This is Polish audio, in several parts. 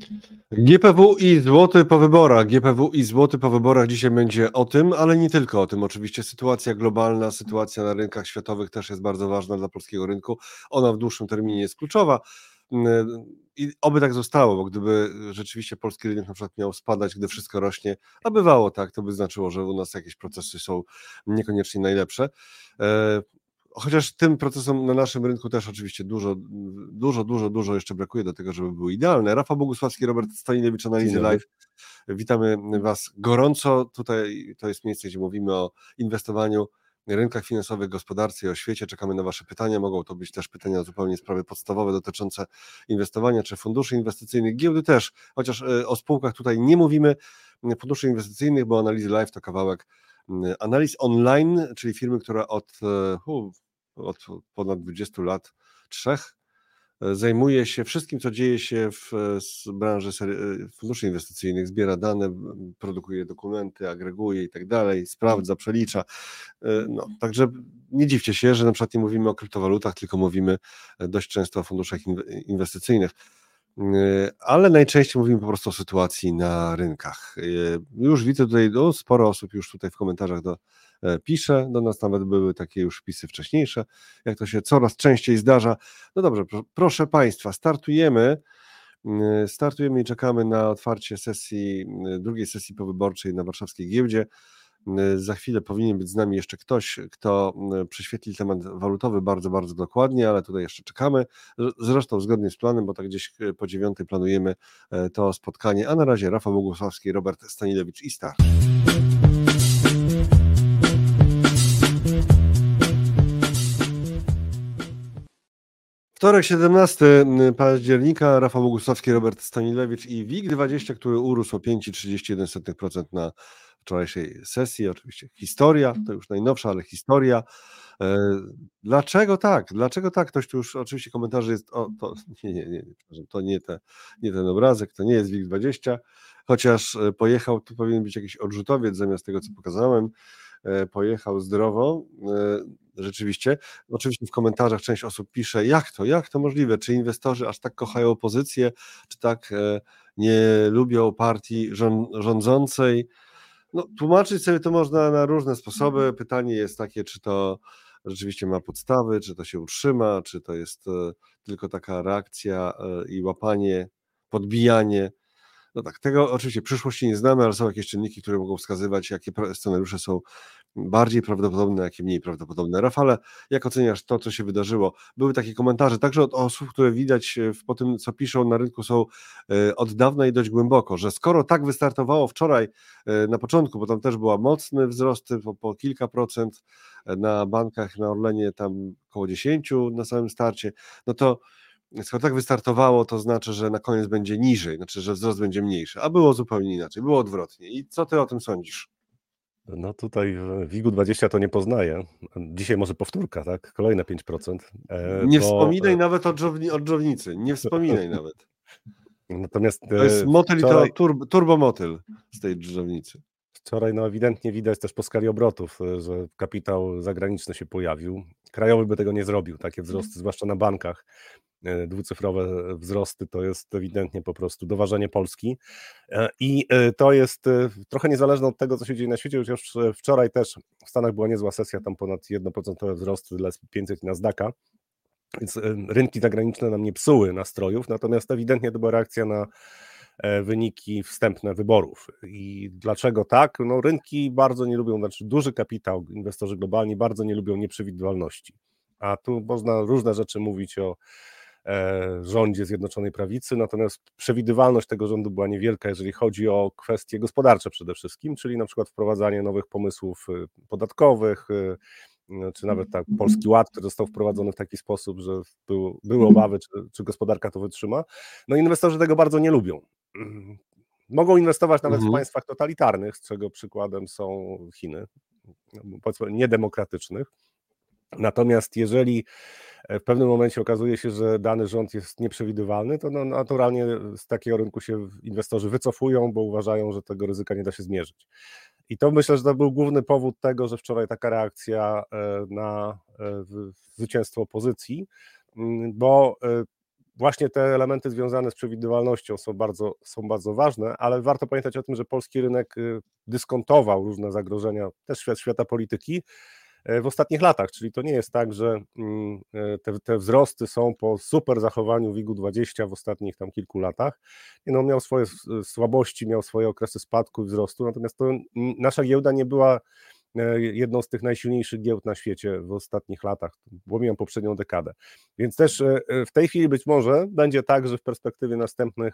GPW i złoty po wyborach. GPW i złoty po wyborach dzisiaj będzie o tym, ale nie tylko o tym. Oczywiście sytuacja globalna, sytuacja na rynkach światowych też jest bardzo ważna dla polskiego rynku. Ona w dłuższym terminie jest kluczowa. I oby tak zostało, bo gdyby rzeczywiście polski rynek na przykład miał spadać, gdy wszystko rośnie, a bywało tak, to by znaczyło, że u nas jakieś procesy są niekoniecznie najlepsze. Chociaż tym procesom na naszym rynku też oczywiście dużo jeszcze brakuje do tego, żeby były idealne. Rafał Bogusławski, Robert Stanilewicz, Analizy Live. Witamy Was gorąco. Tutaj to jest miejsce, gdzie mówimy o inwestowaniu, rynkach finansowych, gospodarce i o świecie. Czekamy na Wasze pytania. Mogą to być też pytania zupełnie sprawy podstawowe dotyczące inwestowania czy funduszy inwestycyjnych, giełdy też, chociaż o spółkach tutaj nie mówimy, funduszy inwestycyjnych, bo Analizy Live to kawałek analiz online, czyli firmy, która od ponad 20 lat, 3, zajmuje się wszystkim, co dzieje się w branży funduszy inwestycyjnych, zbiera dane, produkuje dokumenty, agreguje i tak dalej, sprawdza, przelicza. No, także nie dziwcie się, że na przykład nie mówimy o kryptowalutach, tylko mówimy dość często o funduszach inwestycyjnych. Ale najczęściej mówimy po prostu o sytuacji na rynkach. Już widzę tutaj, sporo osób już tutaj w komentarzach pisze, do nas nawet były takie już wpisy wcześniejsze, jak to się coraz częściej zdarza. No dobrze, proszę Państwa, startujemy i czekamy na otwarcie drugiej sesji powyborczej na warszawskiej giełdzie. Za chwilę powinien być z nami jeszcze ktoś, kto prześwietli temat walutowy bardzo, bardzo dokładnie, ale tutaj jeszcze czekamy. Zresztą zgodnie z planem, bo tak gdzieś po 9 planujemy to spotkanie. A na razie Rafał Bogusławski, Robert Stanilewicz i start. Wtorek, 17 października, Rafał Bogusławski, Robert Stanilewicz i WIG20, który urósł o 5,31% na wczorajszej sesji. Oczywiście historia, to już najnowsza, ale historia. Dlaczego tak? Dlaczego tak? Ktoś tu już oczywiście komentarzy jest, to nie ten obrazek, to nie jest WIG20, chociaż pojechał, tu powinien być jakiś odrzutowiec zamiast tego, co pokazałem. Pojechał zdrowo, rzeczywiście. Oczywiście w komentarzach część osób pisze, jak to możliwe, czy inwestorzy aż tak kochają opozycję, czy tak nie lubią partii rządzącej. No, tłumaczyć sobie to można na różne sposoby. Pytanie jest takie, czy to rzeczywiście ma podstawy, czy to się utrzyma, czy to jest tylko taka reakcja i łapanie, podbijanie. No tak, tego oczywiście w przyszłości nie znamy, ale są jakieś czynniki, które mogą wskazywać, jakie scenariusze są bardziej prawdopodobne, jakie mniej prawdopodobne. Rafale, jak oceniasz to, co się wydarzyło? Były takie komentarze także od osób, które widać po tym, co piszą na rynku, są od dawna i dość głęboko, że skoro tak wystartowało wczoraj na początku, bo tam też była mocny wzrost po kilka procent na bankach, na Orlenie tam około 10 na samym starcie, no to skoro tak wystartowało, to znaczy, że na koniec będzie niżej, znaczy, że wzrost będzie mniejszy, a było zupełnie inaczej, było odwrotnie. I co ty o tym sądzisz? No tutaj w WIG-20 to nie poznaję. Dzisiaj może powtórka, tak? Kolejne 5%. Nie wspominaj nawet o dżownicy, nie wspominaj nawet. Natomiast to jest motyl wczoraj, i to turbomotyl z tej dżownicy. Wczoraj ewidentnie widać też po skali obrotów, że kapitał zagraniczny się pojawił. Krajowy by tego nie zrobił, takie wzrosty, zwłaszcza na bankach. Dwucyfrowe wzrosty to jest ewidentnie po prostu doważenie Polski i to jest trochę niezależne od tego, co się dzieje na świecie, chociaż wczoraj też w Stanach była niezła sesja, tam ponad 1% wzrost dla S&P 500 i Nasdaqa, więc rynki zagraniczne nam nie psuły nastrojów, natomiast ewidentnie to była reakcja na wyniki wstępne wyborów. I dlaczego tak? No rynki bardzo nie lubią, znaczy duży kapitał, inwestorzy globalni bardzo nie lubią nieprzewidywalności, a tu można różne rzeczy mówić o rządzie Zjednoczonej Prawicy, natomiast przewidywalność tego rządu była niewielka, jeżeli chodzi o kwestie gospodarcze przede wszystkim, czyli na przykład wprowadzanie nowych pomysłów podatkowych, czy nawet tak Polski Ład, który został wprowadzony w taki sposób, że były obawy, czy gospodarka to wytrzyma. No inwestorzy tego bardzo nie lubią. Mogą inwestować nawet w państwach totalitarnych, z czego przykładem są Chiny, powiedzmy niedemokratycznych. Natomiast jeżeli w pewnym momencie okazuje się, że dany rząd jest nieprzewidywalny, to naturalnie z takiego rynku się inwestorzy wycofują, bo uważają, że tego ryzyka nie da się zmierzyć. I to myślę, że to był główny powód tego, że wczoraj taka reakcja na zwycięstwo opozycji, bo właśnie te elementy związane z przewidywalnością są bardzo ważne, ale warto pamiętać o tym, że polski rynek dyskontował różne zagrożenia, też świata polityki w ostatnich latach, czyli to nie jest tak, że te wzrosty są po super zachowaniu WIG-20 w ostatnich tam kilku latach. No, miał swoje słabości, miał swoje okresy spadku i wzrostu, natomiast to nasza giełda nie była jedną z tych najsilniejszych giełd na świecie w ostatnich latach, pomijam poprzednią dekadę. Więc też w tej chwili być może będzie tak, że w perspektywie następnych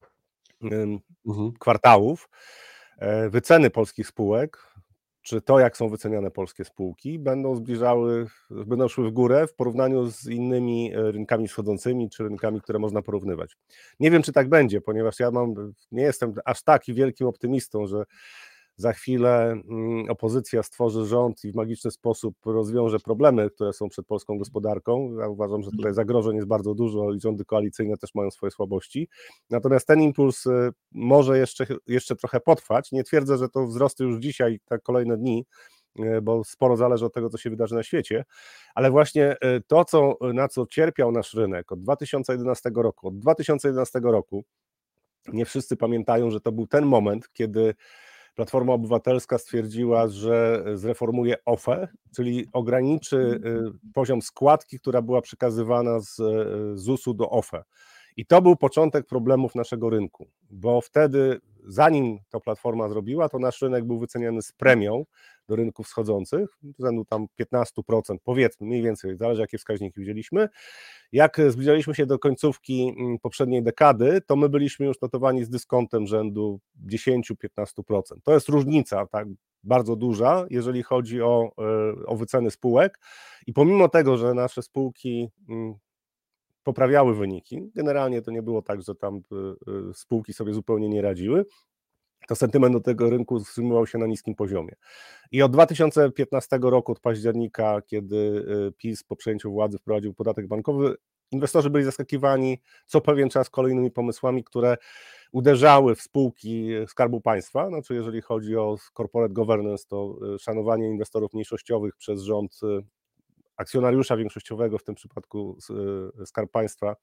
kwartałów wyceny polskich spółek, czy to, jak są wyceniane polskie spółki, będą szły w górę w porównaniu z innymi rynkami wschodzącymi, czy rynkami, które można porównywać. Nie wiem, czy tak będzie, ponieważ nie jestem aż taki wielkim optymistą, że za chwilę opozycja stworzy rząd i w magiczny sposób rozwiąże problemy, które są przed polską gospodarką. Ja uważam, że tutaj zagrożeń jest bardzo dużo i rządy koalicyjne też mają swoje słabości. Natomiast ten impuls może jeszcze trochę potrwać. Nie twierdzę, że to wzrosty już dzisiaj, tak kolejne dni, bo sporo zależy od tego, co się wydarzy na świecie, ale właśnie to, na co cierpiał nasz rynek od 2011 roku. Od 2011 roku nie wszyscy pamiętają, że to był ten moment, kiedy Platforma Obywatelska stwierdziła, że zreformuje OFE, czyli ograniczy poziom składki, która była przekazywana z ZUS-u do OFE. I to był początek problemów naszego rynku, bo wtedy, zanim to Platforma zrobiła, to nasz rynek był wyceniany z premią do rynków wschodzących, rzędu tam 15%, powiedzmy, mniej więcej, zależy jakie wskaźniki widzieliśmy. Jak zbliżaliśmy się do końcówki poprzedniej dekady, to my byliśmy już notowani z dyskontem rzędu 10-15%. To jest różnica, tak, bardzo duża, jeżeli chodzi o wyceny spółek i pomimo tego, że nasze spółki poprawiały wyniki, generalnie to nie było tak, że tam spółki sobie zupełnie nie radziły, to sentyment do tego rynku utrzymywał się na niskim poziomie. I od 2015 roku, od października, kiedy PiS po przejęciu władzy wprowadził podatek bankowy, inwestorzy byli zaskakiwani co pewien czas kolejnymi pomysłami, które uderzały w spółki Skarbu Państwa. Znaczy, jeżeli chodzi o corporate governance, to szanowanie inwestorów mniejszościowych przez rząd, akcjonariusza większościowego, w tym przypadku Skarb Państwa,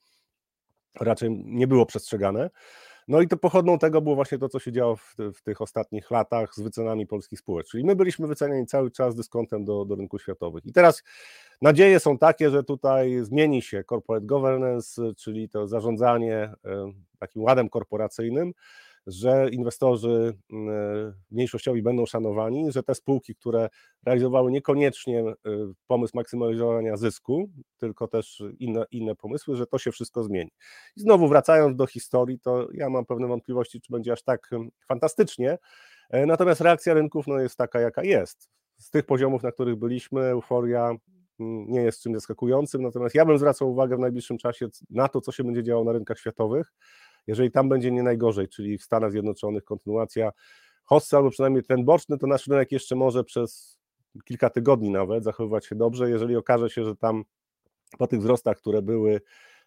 raczej nie było przestrzegane. No i to pochodną tego było właśnie to, co się działo w tych ostatnich latach z wycenami polskich spółek. Czyli my byliśmy wyceniani cały czas dyskontem do rynków światowych. I teraz nadzieje są takie, że tutaj zmieni się corporate governance, czyli to zarządzanie takim ładem korporacyjnym, że inwestorzy mniejszościowi będą szanowani, że te spółki, które realizowały niekoniecznie pomysł maksymalizowania zysku, tylko też inne pomysły, że to się wszystko zmieni. I znowu wracając do historii, to ja mam pewne wątpliwości, czy będzie aż tak fantastycznie, natomiast reakcja rynków jest taka, jaka jest. Z tych poziomów, na których byliśmy, euforia nie jest czymś zaskakującym, natomiast ja bym zwracał uwagę w najbliższym czasie na to, co się będzie działo na rynkach światowych. Jeżeli tam będzie nie najgorzej, czyli w Stanach Zjednoczonych kontynuacja hossy, albo przynajmniej ten boczny, to nasz rynek jeszcze może przez kilka tygodni nawet zachowywać się dobrze. Jeżeli okaże się, że tam po tych wzrostach, które były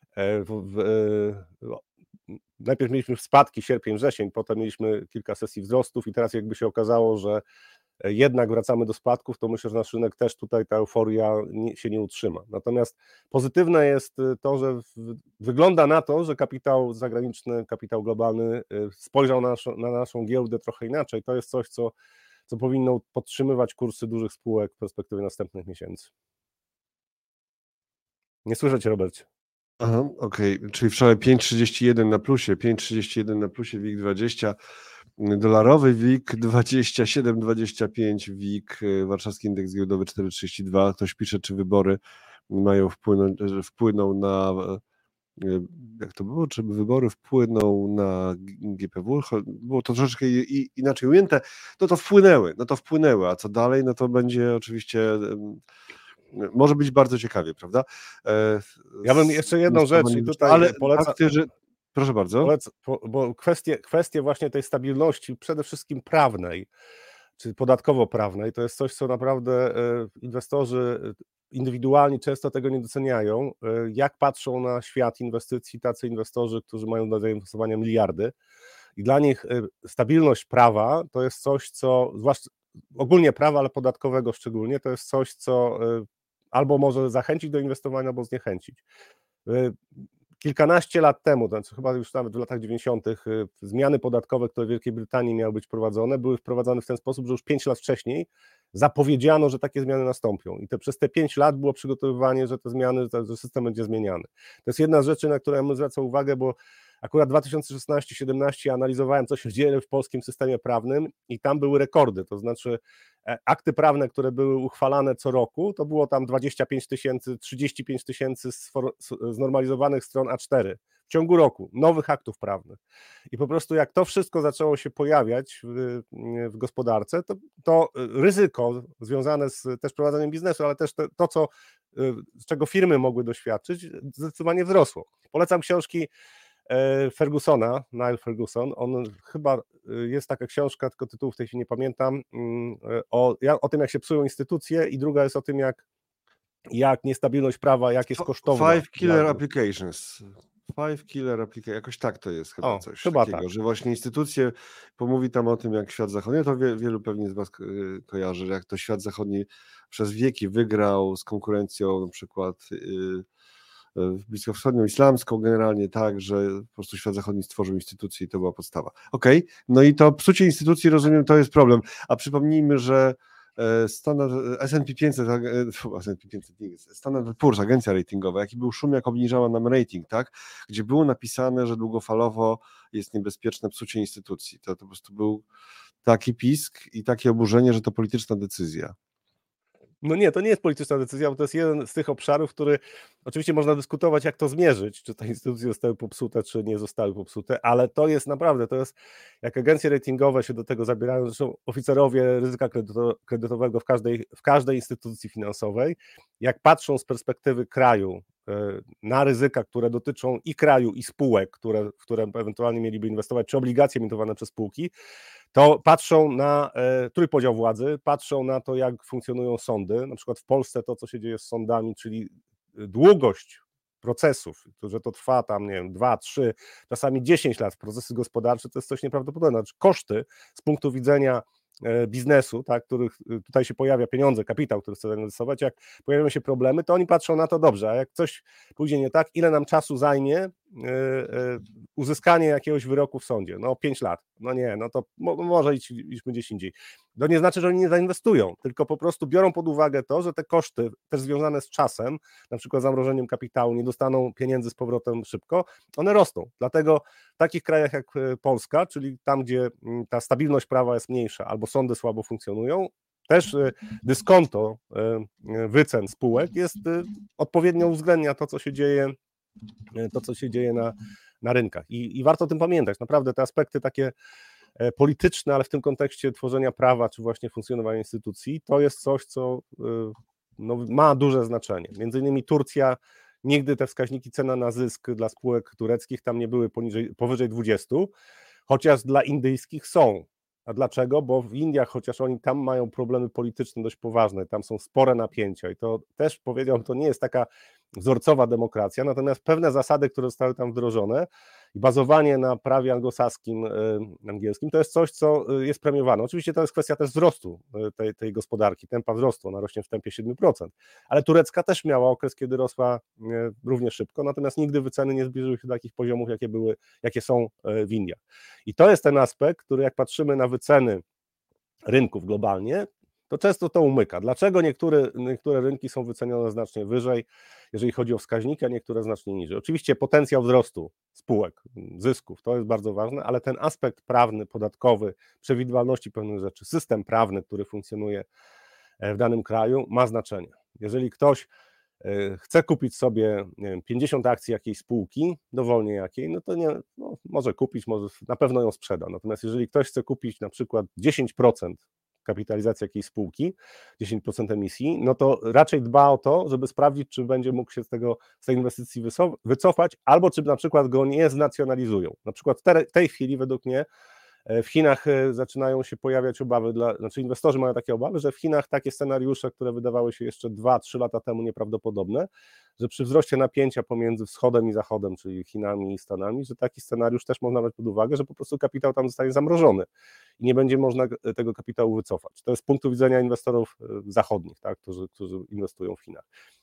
najpierw mieliśmy spadki sierpień, wrzesień, potem mieliśmy kilka sesji wzrostów i teraz jakby się okazało, że jednak wracamy do spadków, to myślę, że nasz rynek też tutaj ta euforia się nie utrzyma. Natomiast pozytywne jest to, że wygląda na to, że kapitał zagraniczny, kapitał globalny spojrzał na naszą giełdę trochę inaczej. To jest coś, co powinno podtrzymywać kursy dużych spółek w perspektywie następnych miesięcy. Nie słyszę Cię, Robercie. Aha, okej. Czyli wczoraj 5,31 na plusie, 5,31 na plusie WIG20, dolarowy WIG 27,25, WIG, warszawski indeks giełdowy 4,32. Ktoś pisze, czy wybory wpłyną na, jak to było, czy wybory wpłyną na GPW? Było to troszeczkę inaczej ujęte. No to wpłynęły, a co dalej? No to będzie oczywiście... Może być bardzo ciekawie, prawda? Ja bym jeszcze jedną rzecz i tutaj ale polecam. Proszę bardzo. Bo kwestie właśnie tej stabilności, przede wszystkim prawnej, czy podatkowo-prawnej, to jest coś, co naprawdę inwestorzy indywidualni często tego nie doceniają. Jak patrzą na świat inwestycji tacy inwestorzy, którzy mają do zainwestowania miliardy i dla nich stabilność prawa to jest coś, co, zwłaszcza ogólnie prawa, ale podatkowego szczególnie, to jest coś, co albo może zachęcić do inwestowania, albo zniechęcić. kilkanaście lat temu, to znaczy chyba już nawet w latach 90., zmiany podatkowe, które w Wielkiej Brytanii miały być wprowadzone, były wprowadzane w ten sposób, że już 5 lat wcześniej zapowiedziano, że takie zmiany nastąpią. I przez te 5 lat było przygotowywanie, że te zmiany, że system będzie zmieniany. To jest jedna z rzeczy, na które ja zwracam uwagę, bo akurat 2016-17 analizowałem, co się dzieje w polskim systemie prawnym i tam były rekordy, to znaczy akty prawne, które były uchwalane co roku, to było tam 25 000, 35 000 znormalizowanych stron A4 w ciągu roku, nowych aktów prawnych. I po prostu jak to wszystko zaczęło się pojawiać w gospodarce, to ryzyko związane z też prowadzeniem biznesu, ale też z czego firmy mogły doświadczyć, zdecydowanie wzrosło. Polecam książki Fergusona, Niall Ferguson, chyba jest taka książka, tylko tytułu w tej chwili nie pamiętam, o tym, jak się psują instytucje, i druga jest o tym, jak niestabilność prawa, jak jest kosztowna. Five Killer Applications. Jakoś tak to jest chyba coś chyba takiego, tak. że właśnie instytucje, pomówi tam o tym, jak świat zachodni, to wielu pewnie z was kojarzy, jak to świat zachodni przez wieki wygrał z konkurencją na przykład bliskowschodnią, islamską generalnie, tak, że po prostu świat zachodni stworzył instytucje i to była podstawa. Okej, no i to psucie instytucji, rozumiem, to jest problem, a przypomnijmy, że S&P 500, Standard Poor's, agencja ratingowa, jaki był szum, jak obniżała nam rating, tak, gdzie było napisane, że długofalowo jest niebezpieczne psucie instytucji. To po prostu był taki pisk i takie oburzenie, że to polityczna decyzja. No nie, to nie jest polityczna decyzja, bo to jest jeden z tych obszarów, który oczywiście można dyskutować, jak to zmierzyć, czy te instytucje zostały popsute, czy nie zostały popsute, ale to jest naprawdę, jak agencje ratingowe się do tego zabierają, zresztą oficerowie ryzyka kredytowego w każdej instytucji finansowej, jak patrzą z perspektywy kraju na ryzyka, które dotyczą i kraju, i spółek, w które ewentualnie mieliby inwestować, czy obligacje emitowane przez spółki, to patrzą na trójpodział władzy, patrzą na to, jak funkcjonują sądy, na przykład w Polsce to, co się dzieje z sądami, czyli długość procesów, że to trwa tam, nie wiem, 2, 3, czasami 10 lat, procesy gospodarcze, to jest coś nieprawdopodobnego. Znaczy koszty z punktu widzenia biznesu, tak, których tutaj się pojawia pieniądze, kapitał, który chce zainwestować, jak pojawiają się problemy, to oni patrzą na to dobrze, a jak coś pójdzie nie tak, ile nam czasu zajmie uzyskanie jakiegoś wyroku w sądzie? No 5 lat. No nie, no to może idźmy gdzieś indziej. To nie znaczy, że oni nie zainwestują, tylko po prostu biorą pod uwagę to, że te koszty też związane z czasem, na przykład zamrożeniem kapitału, nie dostaną pieniędzy z powrotem szybko, one rosną. Dlatego w takich krajach jak Polska, czyli tam, gdzie ta stabilność prawa jest mniejsza albo sądy słabo funkcjonują, też dyskonto wycen spółek jest odpowiednio uwzględnia to, co się dzieje na rynkach. I warto o tym pamiętać. Naprawdę te aspekty takie polityczne, ale w tym kontekście tworzenia prawa, czy właśnie funkcjonowania instytucji, to jest coś, co ma duże znaczenie. Między innymi Turcja, nigdy te wskaźniki cena na zysk dla spółek tureckich tam nie były powyżej 20, chociaż dla indyjskich są. A dlaczego? Bo w Indiach, chociaż oni tam mają problemy polityczne dość poważne, tam są spore napięcia i to też, powiedziałbym, to nie jest taka wzorcowa demokracja, natomiast pewne zasady, które zostały tam wdrożone i bazowanie na prawie anglosaskim, angielskim, to jest coś, co jest premiowane. Oczywiście to jest kwestia też wzrostu tej gospodarki, tempa wzrostu, ona rośnie w tempie 7%, ale turecka też miała okres, kiedy rosła równie szybko, natomiast nigdy wyceny nie zbliżyły się do takich poziomów, jakie są w Indiach. I to jest ten aspekt, który jak patrzymy na wyceny rynków globalnie, to często to umyka. Dlaczego niektóre rynki są wycenione znacznie wyżej, jeżeli chodzi o wskaźniki, a niektóre znacznie niżej? Oczywiście potencjał wzrostu spółek, zysków, to jest bardzo ważne, ale ten aspekt prawny, podatkowy, przewidywalności pewnych rzeczy, system prawny, który funkcjonuje w danym kraju, ma znaczenie. Jeżeli ktoś chce kupić sobie, nie wiem, 50 akcji jakiejś spółki, dowolnie jakiej, no to może kupić, na pewno ją sprzeda. Natomiast jeżeli ktoś chce kupić na przykład 10% kapitalizacji jakiejś spółki, 10% emisji, no to raczej dba o to, żeby sprawdzić, czy będzie mógł się z tej inwestycji wycofać, albo czy na przykład go nie znacjonalizują. Na przykład w tej chwili według mnie w Chinach zaczynają się pojawiać obawy, znaczy inwestorzy mają takie obawy, że w Chinach takie scenariusze, które wydawały się jeszcze 2-3 lata temu nieprawdopodobne, że przy wzroście napięcia pomiędzy wschodem i zachodem, czyli Chinami i Stanami, że taki scenariusz też można brać pod uwagę, że po prostu kapitał tam zostanie zamrożony i nie będzie można tego kapitału wycofać. To jest z punktu widzenia inwestorów zachodnich, tak, którzy inwestują w Chinach.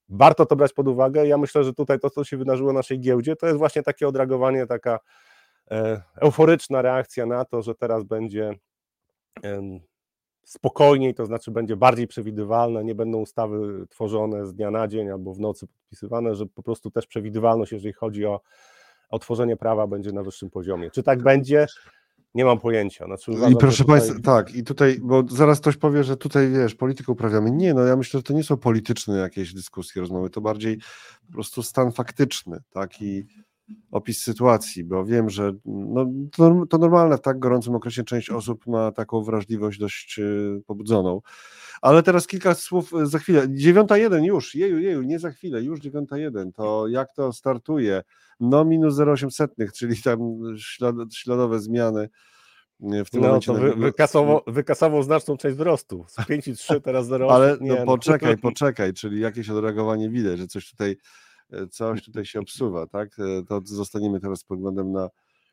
warto to brać pod uwagę. Ja myślę, że tutaj to, co się wydarzyło na naszej giełdzie, to jest właśnie takie odreagowanie, taka euforyczna reakcja na to, że teraz będzie spokojniej, to znaczy będzie bardziej przewidywalne, nie będą ustawy tworzone z dnia na dzień albo w nocy podpisywane, że po prostu też przewidywalność, jeżeli chodzi o tworzenie prawa, będzie na wyższym poziomie. Czy tak będzie? Nie mam pojęcia. Znaczy, uważam, I proszę tutaj... Państwa, tak, i tutaj, bo zaraz ktoś powie, że tutaj, wiesz, politykę uprawiamy. Nie, no ja myślę, że to nie są polityczne jakieś dyskusje, rozmowy, to bardziej po prostu stan faktyczny, tak, i opis sytuacji, bo wiem, że no, to normalne, w tak gorącym okresie część osób ma taką wrażliwość dość pobudzoną. Ale teraz kilka słów za chwilę. 9:01 już, jeju, nie za chwilę, już 9:01. To jak to startuje? No minus 0,8, czyli tam śladowe zmiany w tym momencie. To wykasował znaczną część wzrostu. Z 5,3 teraz 0,8. Ale no poczekaj, czyli jakieś odreagowanie widać, że coś tutaj się obsuwa, tak? To zostaniemy teraz pod względem na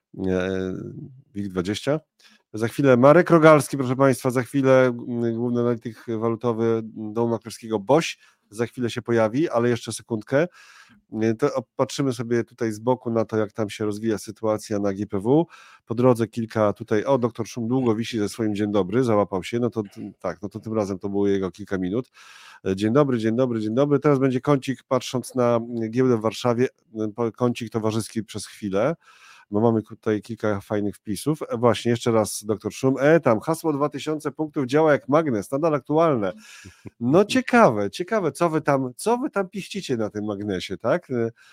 WIG20. Za chwilę Marek Rogalski, proszę Państwa, za chwilę główny analityk walutowy domu maklerskiego BOŚ, za chwilę się pojawi, ale jeszcze sekundkę. To patrzymy sobie tutaj z boku na to, jak tam się rozwija sytuacja na GPW. Po drodze kilka tutaj, doktor Szum długo wisi ze swoim dzień dobry, załapał się, no to tak, no to tym razem to było jego kilka minut. Dzień dobry. Teraz będzie kącik, patrząc na giełdę w Warszawie, kącik towarzyski przez chwilę, bo mamy tutaj kilka fajnych wpisów. Właśnie, jeszcze raz doktor Szum. Tam hasło 2000 punktów działa jak magnes, nadal aktualne. No ciekawe, co wy tam piścicie na tym magnesie, tak?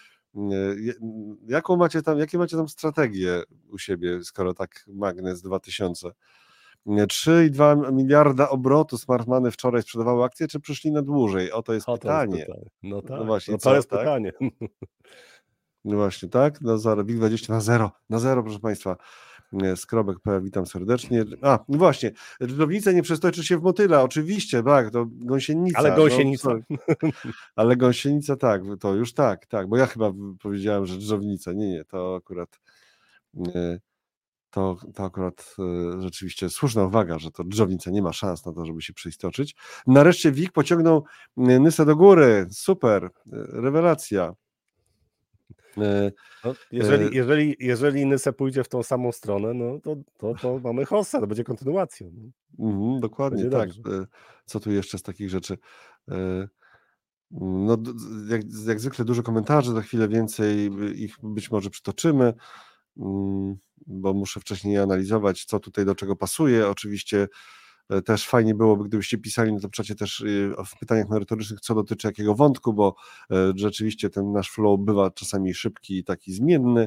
Jakie macie tam strategię u siebie, skoro tak magnes 2000? 3,2 miliarda obrotu Smartmany wczoraj sprzedawały akcje, czy przyszli na dłużej? To jest pytanie. No tak, no właśnie, to jest pytanie. No właśnie, tak? Na zero, WIG20 na zero, proszę Państwa. Skrobek.pl, witam serdecznie. No właśnie, Żydownica nie przetoczy się w motyla, oczywiście, tak, to gąsienica. Ale gąsienica. Ale gąsienica, tak, to już tak, bo ja chyba powiedziałem, że drżownica, nie, to akurat rzeczywiście słuszna uwaga, że to drżownica nie ma szans na to, żeby się przeistoczyć. Nareszcie WIG pociągnął Nysę do góry, super, rewelacja. No, jeżeli Nysa pójdzie w tą samą stronę, no to mamy hossa, to będzie kontynuacją. Dokładnie, tak. Co tu jeszcze z takich rzeczy? No, jak zwykle dużo komentarzy, za chwilę więcej ich być może przytoczymy, bo muszę wcześniej analizować, co tutaj do czego pasuje. Oczywiście też fajnie byłoby, gdybyście pisali na to czacie też w pytaniach merytorycznych, co dotyczy jakiego wątku, bo rzeczywiście ten nasz flow bywa czasami szybki i taki zmienny.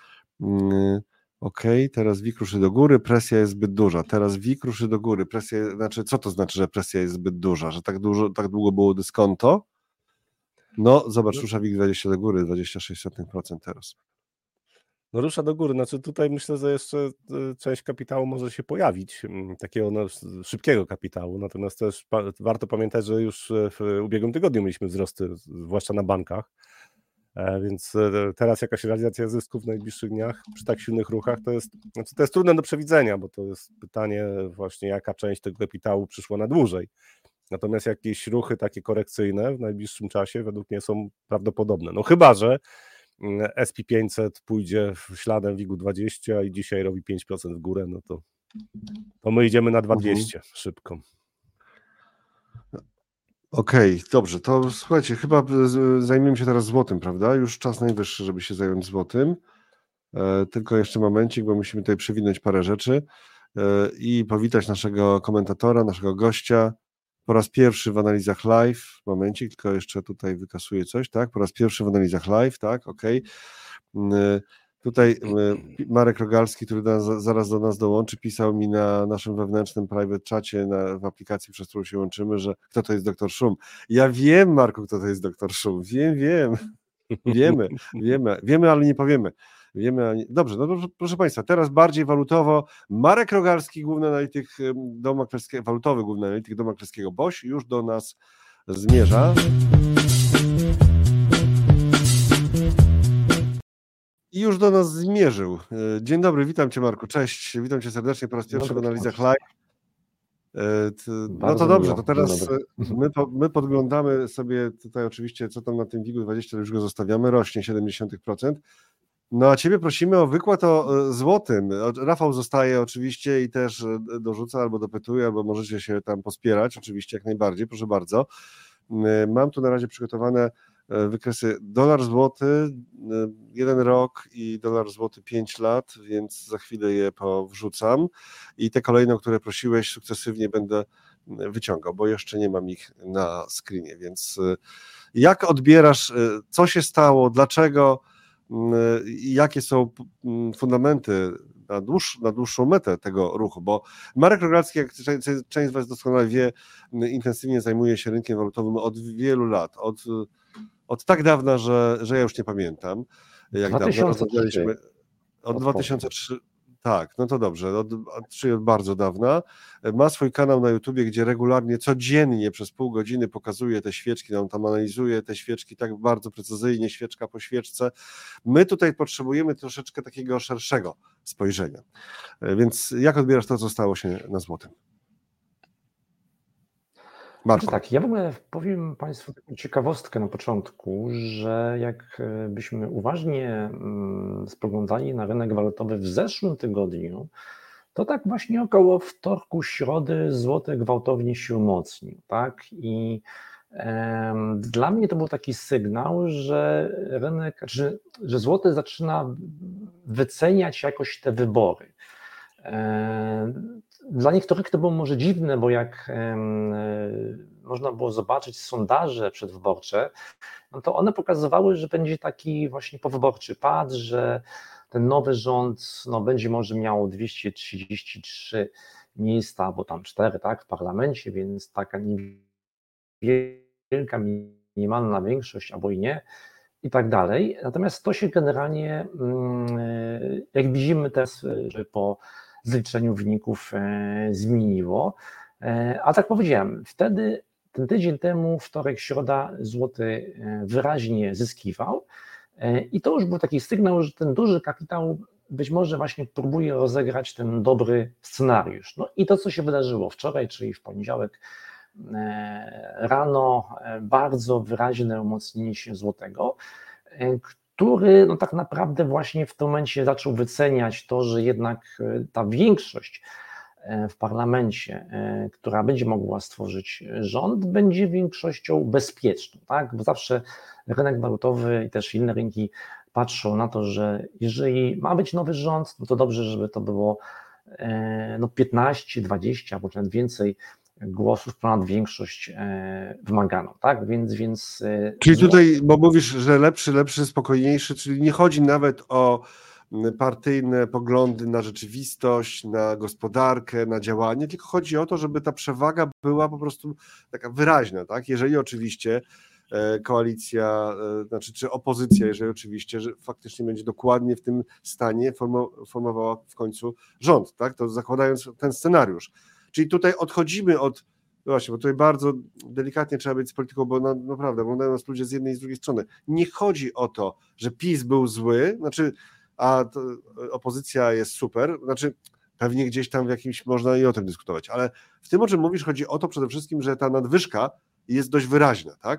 Okej, teraz WIG ruszy do góry, presja jest zbyt duża. Teraz WIG ruszy do góry, co to znaczy, że presja jest zbyt duża? Że tak długo było dyskonto? No, zobacz, rusza WIG20 do góry, 26% teraz. No rusza do góry, znaczy tutaj myślę, że jeszcze część kapitału może się pojawić, takiego szybkiego kapitału, natomiast też warto pamiętać, że już w ubiegłym tygodniu mieliśmy wzrosty, zwłaszcza na bankach, więc teraz jakaś realizacja zysków w najbliższych dniach przy tak silnych ruchach to jest trudne do przewidzenia, bo to jest pytanie właśnie, jaka część tego kapitału przyszła na dłużej. Natomiast jakieś ruchy takie korekcyjne w najbliższym czasie według mnie są prawdopodobne. No chyba że SP500 pójdzie śladem WIG-20 i dzisiaj robi 5% w górę, no to my idziemy na 2200 szybko. Okej, dobrze, to słuchajcie, chyba zajmiemy się teraz złotym, prawda? Już czas najwyższy, żeby się zająć złotym. Tylko jeszcze momencik, bo musimy tutaj przewinąć parę rzeczy i powitać naszego komentatora, naszego gościa. Po raz pierwszy w analizach live, momencik, tylko jeszcze tutaj wykasuję coś, tak? Po raz pierwszy w analizach live, tak, okej. Tutaj Marek Rogalski, który zaraz do nas dołączy, pisał mi na naszym wewnętrznym private czacie w aplikacji, przez którą się łączymy, że kto to jest doktor Szum. Ja wiem, Marku, kto to jest doktor Szum, wiem. Wiemy, ale nie powiemy. Dobrze, no proszę Państwa, teraz bardziej walutowo. Marek Rogalski, główny analityk domu maklerskiego, walutowy główny analityk domu maklerskiego BOŚ, już do nas zmierza. I już do nas zmierzył. Dzień dobry, witam Cię, Marku, cześć, witam Cię serdecznie po raz pierwszy w analizach live. No Bardzo to dobrze, miło. to Dzień teraz dobry. my podglądamy sobie tutaj oczywiście, co tam na tym WIG-20, już go zostawiamy, rośnie 0,7%. No a Ciebie prosimy o wykład o złotym. Rafał zostaje oczywiście i też dorzuca albo dopytuje, albo możecie się tam pospierać, oczywiście jak najbardziej, proszę bardzo. Mam tu na razie przygotowane wykresy dolar złoty 1 rok i dolar złoty 5 lat, więc za chwilę je powrzucam i te kolejne, o które prosiłeś, sukcesywnie będę wyciągał, bo jeszcze nie mam ich na screenie, więc jak odbierasz, co się stało, dlaczego i jakie są fundamenty na dłuższą metę tego ruchu, bo Marek Rogalski, jak część z Was doskonale wie, intensywnie zajmuje się rynkiem walutowym od wielu lat, od tak dawna, że ja już nie pamiętam, jak dawno 2003. rozmawialiśmy. Od 2003, tak, no to dobrze, czyli od bardzo dawna. Ma swój kanał na YouTubie, gdzie regularnie, codziennie przez pół godziny pokazuje te świeczki, on tam analizuje te świeczki tak bardzo precyzyjnie, świeczka po świeczce. My tutaj potrzebujemy troszeczkę takiego szerszego spojrzenia. Więc jak odbierasz to, co stało się na złotym? Marku. Tak, ja w ogóle powiem Państwu taką ciekawostkę na początku, że jak byśmy uważnie spoglądali na rynek walutowy w zeszłym tygodniu, to tak właśnie około wtorku, środy złoty gwałtownie się umocnił, tak? I dla mnie to był taki sygnał, że rynek, że złoty zaczyna wyceniać jakoś te wybory. Dla niektórych to było może dziwne, bo jak można było zobaczyć sondaże przedwyborcze, no to one pokazywały, że będzie taki właśnie powyborczy pad, że ten nowy rząd będzie może miał 233 miejsca, albo tam 4, tak, w parlamencie, więc taka niewielka, minimalna większość, albo i nie, i tak dalej. Natomiast to się generalnie, jak widzimy teraz, że po zliczeniu wyników zmieniło. A tak powiedziałem, wtedy, ten tydzień temu, wtorek, środa, złoty wyraźnie zyskiwał i to już był taki sygnał, że ten duży kapitał być może właśnie próbuje rozegrać ten dobry scenariusz. No i to, co się wydarzyło wczoraj, czyli w poniedziałek rano, bardzo wyraźne umocnienie się złotego, który tak naprawdę właśnie w tym momencie zaczął wyceniać to, że jednak ta większość w parlamencie, która będzie mogła stworzyć rząd, będzie większością bezpieczną, tak? Bo zawsze rynek walutowy i też inne rynki patrzą na to, że jeżeli ma być nowy rząd, no to dobrze, żeby to było 15, 20 albo nawet więcej głosów, ponad większość wymaganą, tak? Więc Czyli tutaj, bo mówisz, że lepszy, spokojniejszy, czyli nie chodzi nawet o partyjne poglądy na rzeczywistość, na gospodarkę, na działanie, tylko chodzi o to, żeby ta przewaga była po prostu taka wyraźna, tak? Jeżeli oczywiście koalicja, znaczy czy opozycja, jeżeli oczywiście, że faktycznie będzie dokładnie w tym stanie formowała w końcu rząd, tak? To zakładając ten scenariusz. Czyli tutaj odchodzimy od, no właśnie, bo tutaj bardzo delikatnie trzeba być z polityką, bo naprawdę oglądają nas ludzie z jednej i z drugiej strony. Nie chodzi o to, że PiS był zły, znaczy, a opozycja jest super, znaczy pewnie gdzieś tam w jakimś można i o tym dyskutować, ale w tym, o czym mówisz, chodzi o to przede wszystkim, że ta nadwyżka jest dość wyraźna, tak?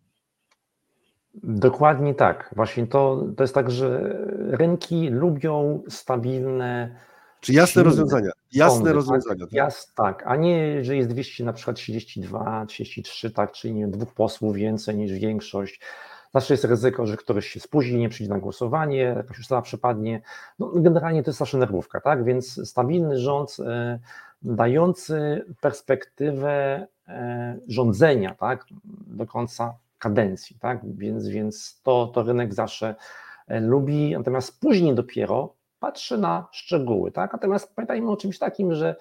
Dokładnie tak. Właśnie to jest tak, że rynki lubią stabilne, czy jasne silne rozwiązania. Jasne sądy, rozwiązania. Tak? Tak, a nie, że jest 200 na przykład 32, 33, tak, czyli nie, 2 posłów więcej niż większość. Zawsze jest ryzyko, że ktoś się spóźni, nie przyjdzie na głosowanie, jakaś ustawa przepadnie. No, generalnie to jest zawsze nerwówka, tak? Więc stabilny rząd dający perspektywę rządzenia, tak, do końca kadencji, tak? Więc to rynek zawsze lubi, natomiast później dopiero patrzy na szczegóły, tak? Natomiast pamiętajmy o czymś takim, że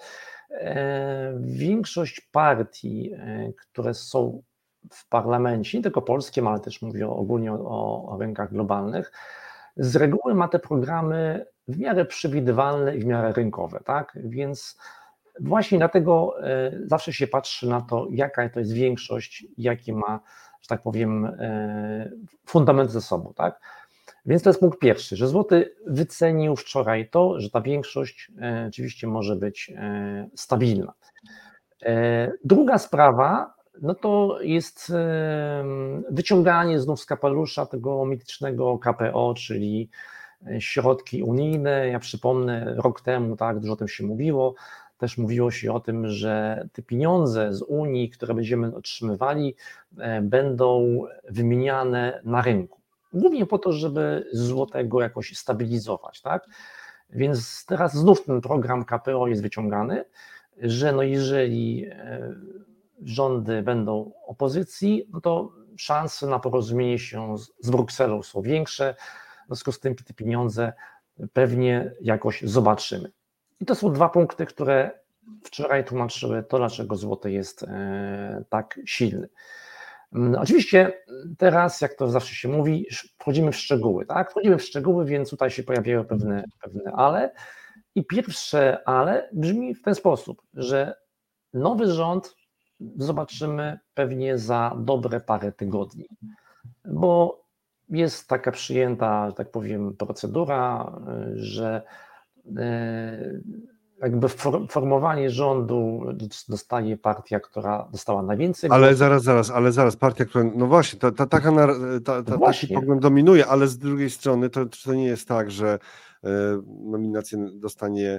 większość partii, które są w parlamencie, nie tylko polskim, ale też mówię ogólnie o rynkach globalnych, z reguły ma te programy w miarę przewidywalne i w miarę rynkowe, tak? Więc właśnie dlatego zawsze się patrzy na to, jaka to jest większość, jakie ma, że tak powiem, fundament ze sobą, tak? Więc to jest punkt pierwszy, że złoty wycenił wczoraj to, że ta większość oczywiście może być stabilna. Druga sprawa, no to jest wyciąganie znów z kapelusza tego mitycznego KPO, czyli środki unijne. Ja przypomnę, rok temu tak dużo o tym się mówiło, też mówiło się o tym, że te pieniądze z Unii, które będziemy otrzymywali, będą wymieniane na rynku. Głównie po to, żeby złotego jakoś stabilizować, tak? Więc teraz znów ten program KPO jest wyciągany, że no jeżeli rządy będą opozycji, no to szanse na porozumienie się z Brukselą są większe, w związku z tym te pieniądze pewnie jakoś zobaczymy. I to są dwa punkty, które wczoraj tłumaczyły to, dlaczego złoty jest tak silny. Oczywiście teraz, jak to zawsze się mówi, wchodzimy w szczegóły, tak? Wchodzimy w szczegóły, więc tutaj się pojawiają pewne ale. I pierwsze ale brzmi w ten sposób, że nowy rząd zobaczymy pewnie za dobre parę tygodni, bo jest taka przyjęta, że tak powiem, procedura, że jakby formowanie rządu dostaje partia, która dostała najwięcej Ale głosów. zaraz, partia, która, no właśnie, taki pogląd dominuje, ale z drugiej strony to nie jest tak, że nominację dostanie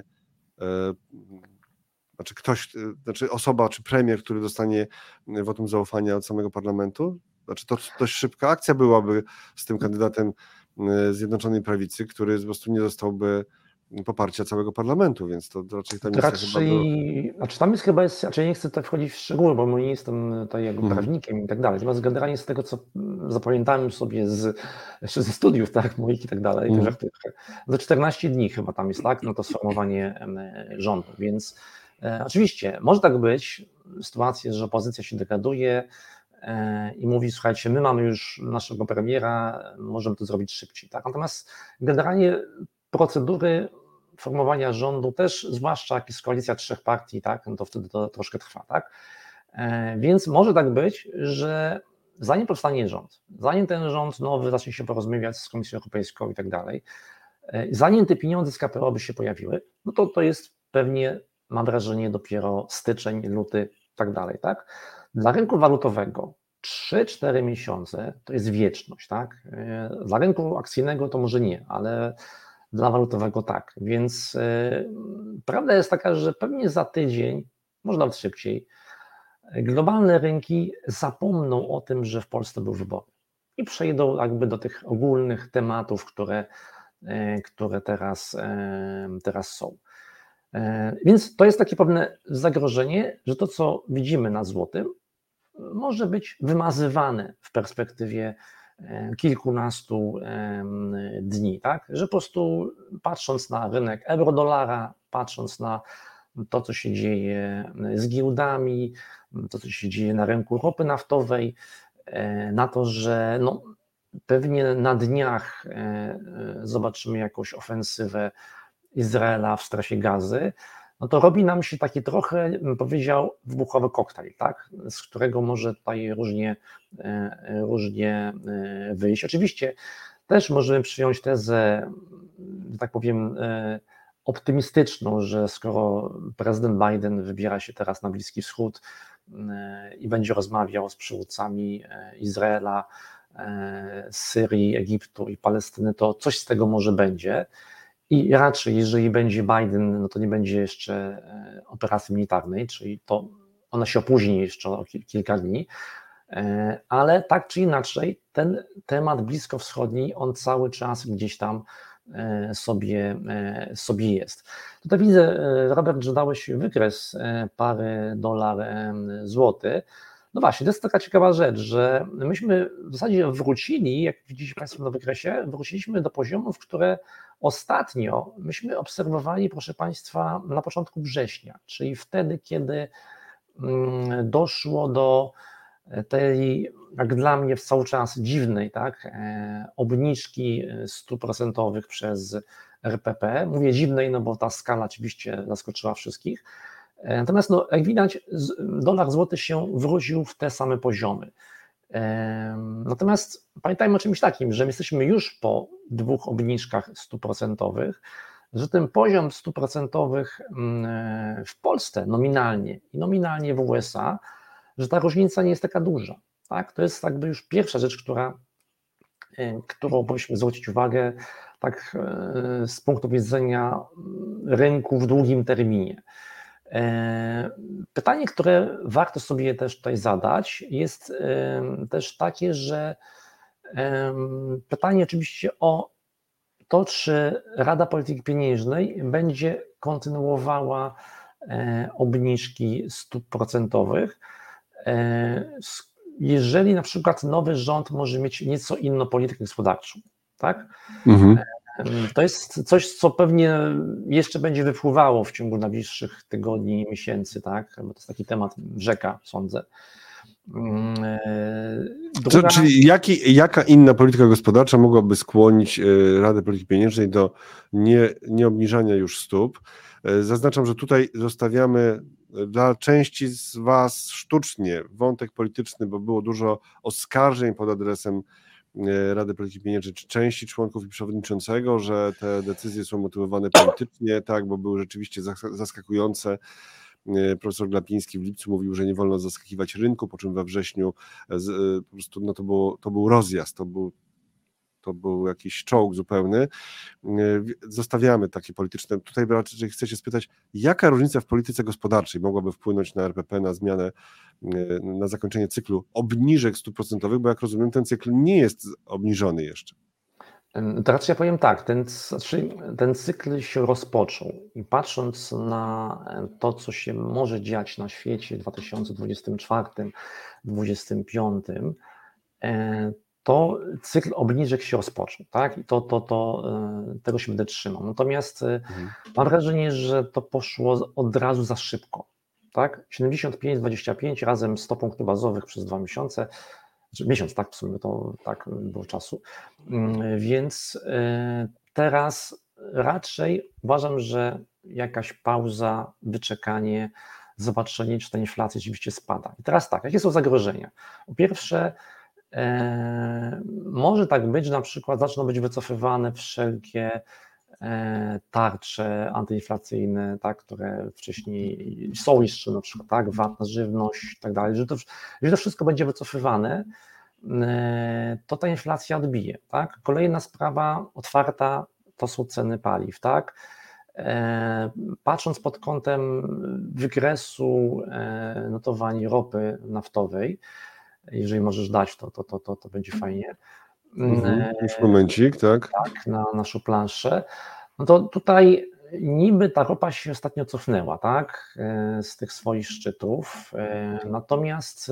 znaczy osoba czy premier, który dostanie wotum zaufania od samego parlamentu? Znaczy to dość szybka akcja byłaby z tym kandydatem Zjednoczonej Prawicy, który po prostu nie dostałby poparcia całego parlamentu, więc to raczej tam jest Znaczy tam jest chyba, ja nie chcę tutaj wchodzić w szczegóły, bo nie jestem tutaj jakby prawnikiem i tak dalej, natomiast generalnie z tego, co zapamiętałem sobie jeszcze ze studiów, tak, moich i tak dalej, za 14 dni chyba tam jest, tak, no to sformowanie rządu, więc oczywiście może tak być, sytuacja, że opozycja się dogaduje i mówi, słuchajcie, my mamy już naszego premiera, możemy to zrobić szybciej, tak, natomiast generalnie procedury formowania rządu też, zwłaszcza jak jest koalicja 3 partii, tak, no to wtedy to troszkę trwa, tak, więc może tak być, że zanim powstanie rząd, zanim ten rząd nowy zacznie się porozmawiać z Komisją Europejską i tak dalej, zanim te pieniądze z KPO by się pojawiły, no to jest pewnie, mam wrażenie, dopiero styczeń, luty i tak dalej, tak. Dla rynku walutowego 3-4 miesiące to jest wieczność, tak. Dla rynku akcyjnego to może nie, ale dla walutowego tak, więc prawda jest taka, że pewnie za tydzień, może nawet szybciej, globalne rynki zapomną o tym, że w Polsce były wybory i przejdą jakby do tych ogólnych tematów, które teraz są. Więc to jest takie pewne zagrożenie, że to, co widzimy na złotym, może być wymazywane w perspektywie kilkunastu dni, tak? Że po prostu patrząc na rynek euro-dolara, patrząc na to, co się dzieje z giełdami, to, co się dzieje na rynku ropy naftowej, na to, że no, pewnie na dniach zobaczymy jakąś ofensywę Izraela w strefie Gazy, no to robi nam się taki trochę, bym powiedział, wybuchowy koktajl, tak? Z którego może tutaj różnie wyjść. Oczywiście też możemy przyjąć tezę, że tak powiem, optymistyczną, że skoro prezydent Biden wybiera się teraz na Bliski Wschód i będzie rozmawiał z przywódcami Izraela, Syrii, Egiptu i Palestyny, to coś z tego może będzie. I raczej, jeżeli będzie Biden, no to nie będzie jeszcze operacji militarnej, czyli to ona się opóźni jeszcze o kilka dni, ale tak czy inaczej ten temat bliskowschodni, on cały czas gdzieś tam sobie jest. Tutaj widzę, Robert, że dałeś wykres pary dolar złoty. No właśnie, to jest taka ciekawa rzecz, że myśmy w zasadzie wrócili, jak widzicie Państwo na wykresie, wróciliśmy do poziomów, które ostatnio myśmy obserwowali, proszę Państwa, na początku września, czyli wtedy, kiedy doszło do tej, jak dla mnie cały czas dziwnej, tak, obniżki stóp procentowych przez RPP. Mówię dziwnej, no bo ta skala oczywiście zaskoczyła wszystkich. Natomiast no, jak widać, dolar złoty się wrócił w te same poziomy. Natomiast pamiętajmy o czymś takim, że my jesteśmy już po 2 obniżkach stóp procentowych, że ten poziom stóp procentowych w Polsce nominalnie i nominalnie w USA, że ta różnica nie jest taka duża. Tak? To jest jakby już pierwsza rzecz, którą powinniśmy zwrócić uwagę tak z punktu widzenia rynku w długim terminie. Pytanie, które warto sobie też tutaj zadać, jest też takie, że pytanie oczywiście o to, czy Rada Polityki Pieniężnej będzie kontynuowała obniżki stóp procentowych, jeżeli na przykład nowy rząd może mieć nieco inną politykę gospodarczą, tak? To jest coś, co pewnie jeszcze będzie wypływało w ciągu najbliższych tygodni i miesięcy, tak? Bo to jest taki temat rzeka, sądzę. Czyli jaka inna polityka gospodarcza mogłaby skłonić Radę Polityki Pieniężnej do nieobniżania już stóp? Zaznaczam, że tutaj zostawiamy dla części z Was sztucznie wątek polityczny, bo było dużo oskarżeń pod adresem Rady Polityki Pieniężnej, czy części członków i przewodniczącego, że te decyzje są motywowane politycznie, tak, bo były rzeczywiście zaskakujące. Profesor Glapiński w lipcu mówił, że nie wolno zaskakiwać rynku, po czym we wrześniu po prostu no to był rozjazd, to był jakiś czołg zupełny. Zostawiamy takie polityczne. Tutaj raczej chcę się spytać, jaka różnica w polityce gospodarczej mogłaby wpłynąć na RPP, na zmianę, na zakończenie cyklu obniżek stóp procentowych, bo jak rozumiem, ten cykl nie jest obniżony jeszcze. To raczej ja powiem tak, ten cykl się rozpoczął i patrząc na to, co się może dziać na świecie w 2024-2025, to cykl obniżek się rozpoczął, tak? I tego się będę trzymał. Natomiast mam wrażenie, że to poszło od razu za szybko, tak? 75-25 razem 100 punktów bazowych przez 2 miesiące, miesiąc, tak, w sumie to tak było czasu, więc teraz raczej uważam, że jakaś pauza, wyczekanie, zobaczenie, czy ta inflacja rzeczywiście spada. I teraz tak, jakie są zagrożenia? Po pierwsze, może tak być, że na przykład zaczną być wycofywane wszelkie tarcze antyinflacyjne, tak, które wcześniej są jeszcze, na przykład tak, VAT na żywność i tak dalej, że to wszystko będzie wycofywane, to ta inflacja odbije. Tak? Kolejna sprawa otwarta to są ceny paliw. Tak? Patrząc pod kątem wykresu notowań ropy naftowej, jeżeli możesz dać, to będzie fajnie. Już momencik, tak. Tak, na naszą planszę. No to tutaj niby ta ropa się ostatnio cofnęła, tak, z tych swoich szczytów, natomiast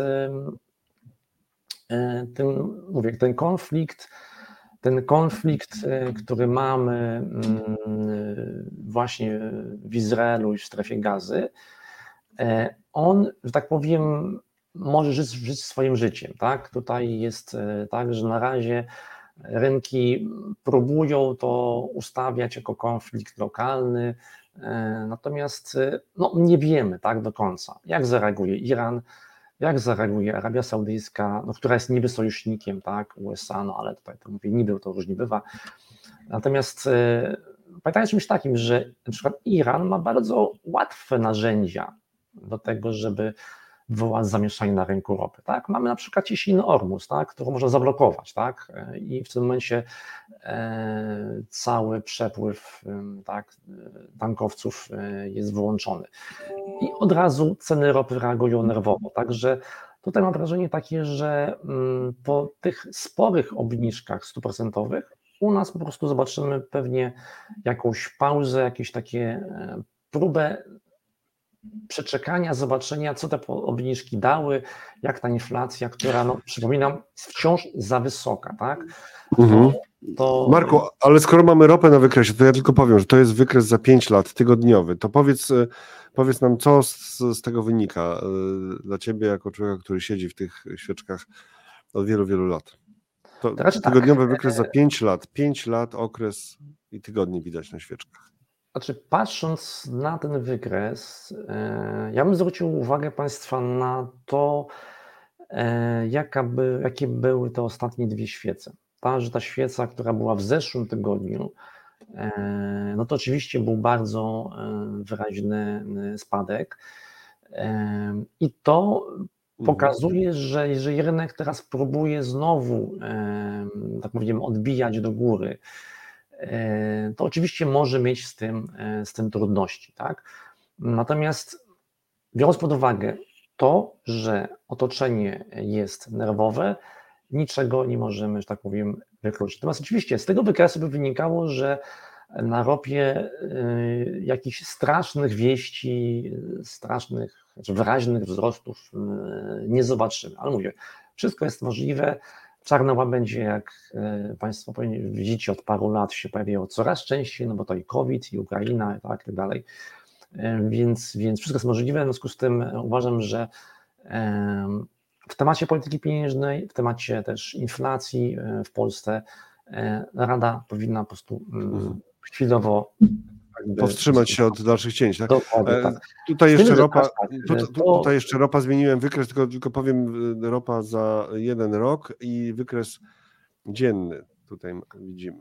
ten konflikt, który mamy właśnie w Izraelu i w strefie Gazy, on, że tak powiem, może żyć swoim życiem, tak? Tutaj jest tak, że na razie rynki próbują to ustawiać jako konflikt lokalny, natomiast no, nie wiemy tak do końca, jak zareaguje Iran, jak zareaguje Arabia Saudyjska, no, która jest niby sojusznikiem, tak, USA, no ale tutaj to mówię niby, to różnie bywa. Natomiast pamiętajmy o czymś takim, że na przykład Iran ma bardzo łatwe narzędzia do tego, żeby wywołać zamieszanie na rynku ropy. Tak? Mamy na przykład cieśninę Ormus, tak? Którą można zablokować, tak? I w tym momencie cały przepływ tak, tankowców jest wyłączony. I od razu ceny ropy reagują nerwowo. Także tutaj mam wrażenie takie, że po tych sporych obniżkach 100% u nas po prostu zobaczymy pewnie jakąś pauzę, jakieś takie próbę przeczekania, zobaczenia, co te obniżki dały, jak ta inflacja, która, no, przypominam, jest wciąż za wysoka, tak? Marku, ale skoro mamy ropę na wykresie, to ja tylko powiem, że to jest wykres za 5 lat, tygodniowy, to powiedz nam, co z tego wynika dla ciebie, jako człowieka, który siedzi w tych świeczkach od wielu, wielu lat. To tygodniowy wykres za 5 lat, okres i tygodnie widać na świeczkach. Znaczy, patrząc na ten wykres, ja bym zwrócił uwagę Państwa na to, jakie były te ostatnie 2 świece. Że ta świeca, która była w zeszłym tygodniu, no to oczywiście był bardzo wyraźny spadek i to pokazuje, że jeżeli rynek teraz próbuje znowu, tak mówimy, odbijać do góry, to oczywiście może mieć z tym trudności, tak? Natomiast biorąc pod uwagę to, że otoczenie jest nerwowe, niczego nie możemy, że tak powiem, wykluczyć. Natomiast oczywiście z tego wykresu by wynikało, że na ropie jakichś strasznych wieści, znaczy wyraźnych wzrostów nie zobaczymy. Ale mówię, wszystko jest możliwe. Czarna łabędzie, jak Państwo widzicie, od paru lat się pojawiało coraz częściej, no bo to i COVID, i Ukraina, i tak dalej. Więc wszystko jest możliwe. W związku z tym uważam, że w temacie polityki pieniężnej, w temacie też inflacji w Polsce Rada powinna po prostu chwilowo powstrzymać się od dalszych cięć. Tak? Dokładnie, tak. Tutaj jeszcze ropa, zmieniłem wykres, tylko powiem, ropa za 1 rok i wykres dzienny tutaj widzimy.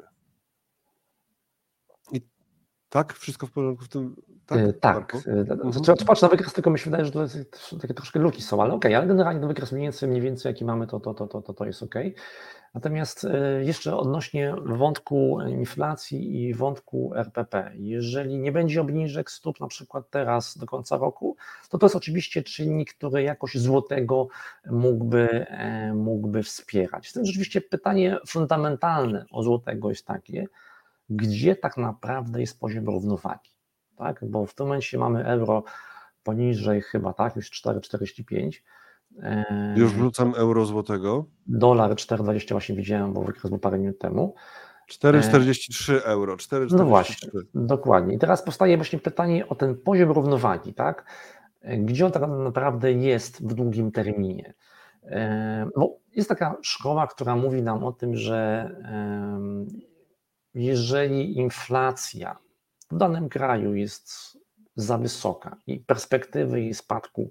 I tak? Wszystko w porządku w tym? Tak. Trzeba patrzeć na wykres, tylko mi się wydaje, że to takie troszkę luki są, ale okej, ale generalnie ten wykres mniej więcej jaki mamy, to jest okej. Natomiast jeszcze odnośnie wątku inflacji i wątku RPP, jeżeli nie będzie obniżek stóp na przykład teraz do końca roku, to jest oczywiście czynnik, który jakoś złotego mógłby wspierać. Z tym rzeczywiście pytanie fundamentalne o złotego jest takie, gdzie tak naprawdę jest poziom równowagi, tak? Bo w tym momencie mamy euro poniżej chyba, tak, już 4,45. Już wrzucam euro złotego. Dolar 4,20 właśnie widziałem, bo wykres był parę minut temu. 4,43 euro. 4,43. No właśnie, dokładnie. I teraz powstaje właśnie pytanie o ten poziom równowagi, tak? Gdzie on tak naprawdę jest w długim terminie? Bo jest taka szkoła, która mówi nam o tym, że jeżeli inflacja w danym kraju jest za wysoka i perspektywy jej spadku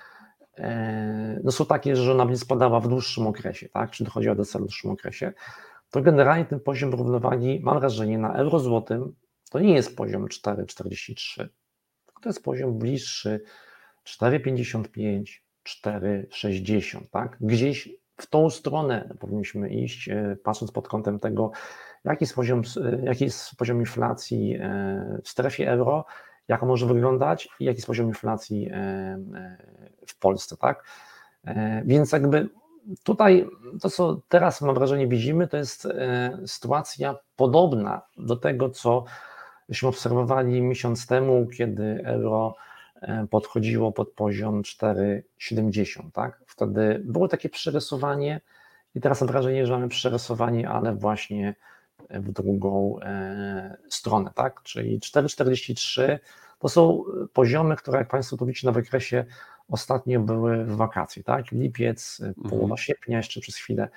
no są takie, że ona będzie spadała w dłuższym okresie, tak? Czy dochodziła do celu w dłuższym okresie, to generalnie ten poziom równowagi, mam wrażenie, na euro-złotym to nie jest poziom 4,43, to jest poziom bliższy 4,55, 4,60, tak? Gdzieś w tą stronę powinniśmy iść, patrząc pod kątem tego, jaki jest poziom inflacji w strefie euro, jak on może wyglądać i jaki jest poziom inflacji w Polsce, tak? Więc jakby tutaj to, co teraz mam wrażenie widzimy, to jest sytuacja podobna do tego, co żeśmy obserwowali miesiąc temu, kiedy euro podchodziło pod poziom 4,70, tak? Wtedy było takie przerysowanie i teraz mam wrażenie, że mamy przerysowanie, ale właśnie w drugą stronę, tak? Czyli 4,43 to są poziomy, które, jak Państwo tu widzicie na wykresie, ostatnio były w wakacji, tak? Lipiec, połowa sierpnia jeszcze przez chwilę.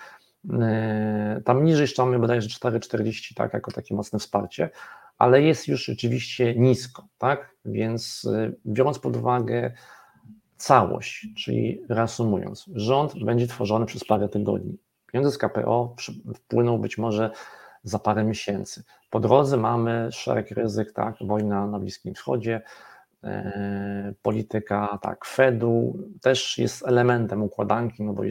Tam niżej jeszcze mamy bodajże 4,40, tak? Jako takie mocne wsparcie, ale jest już rzeczywiście nisko, tak? Więc biorąc pod uwagę całość, czyli reasumując, rząd będzie tworzony przez parę tygodni. Pieniądze z KPO wpłyną być może za parę miesięcy. Po drodze mamy szereg ryzyk, tak, wojna na Bliskim Wschodzie, polityka, tak, Fedu też jest elementem układanki, no bo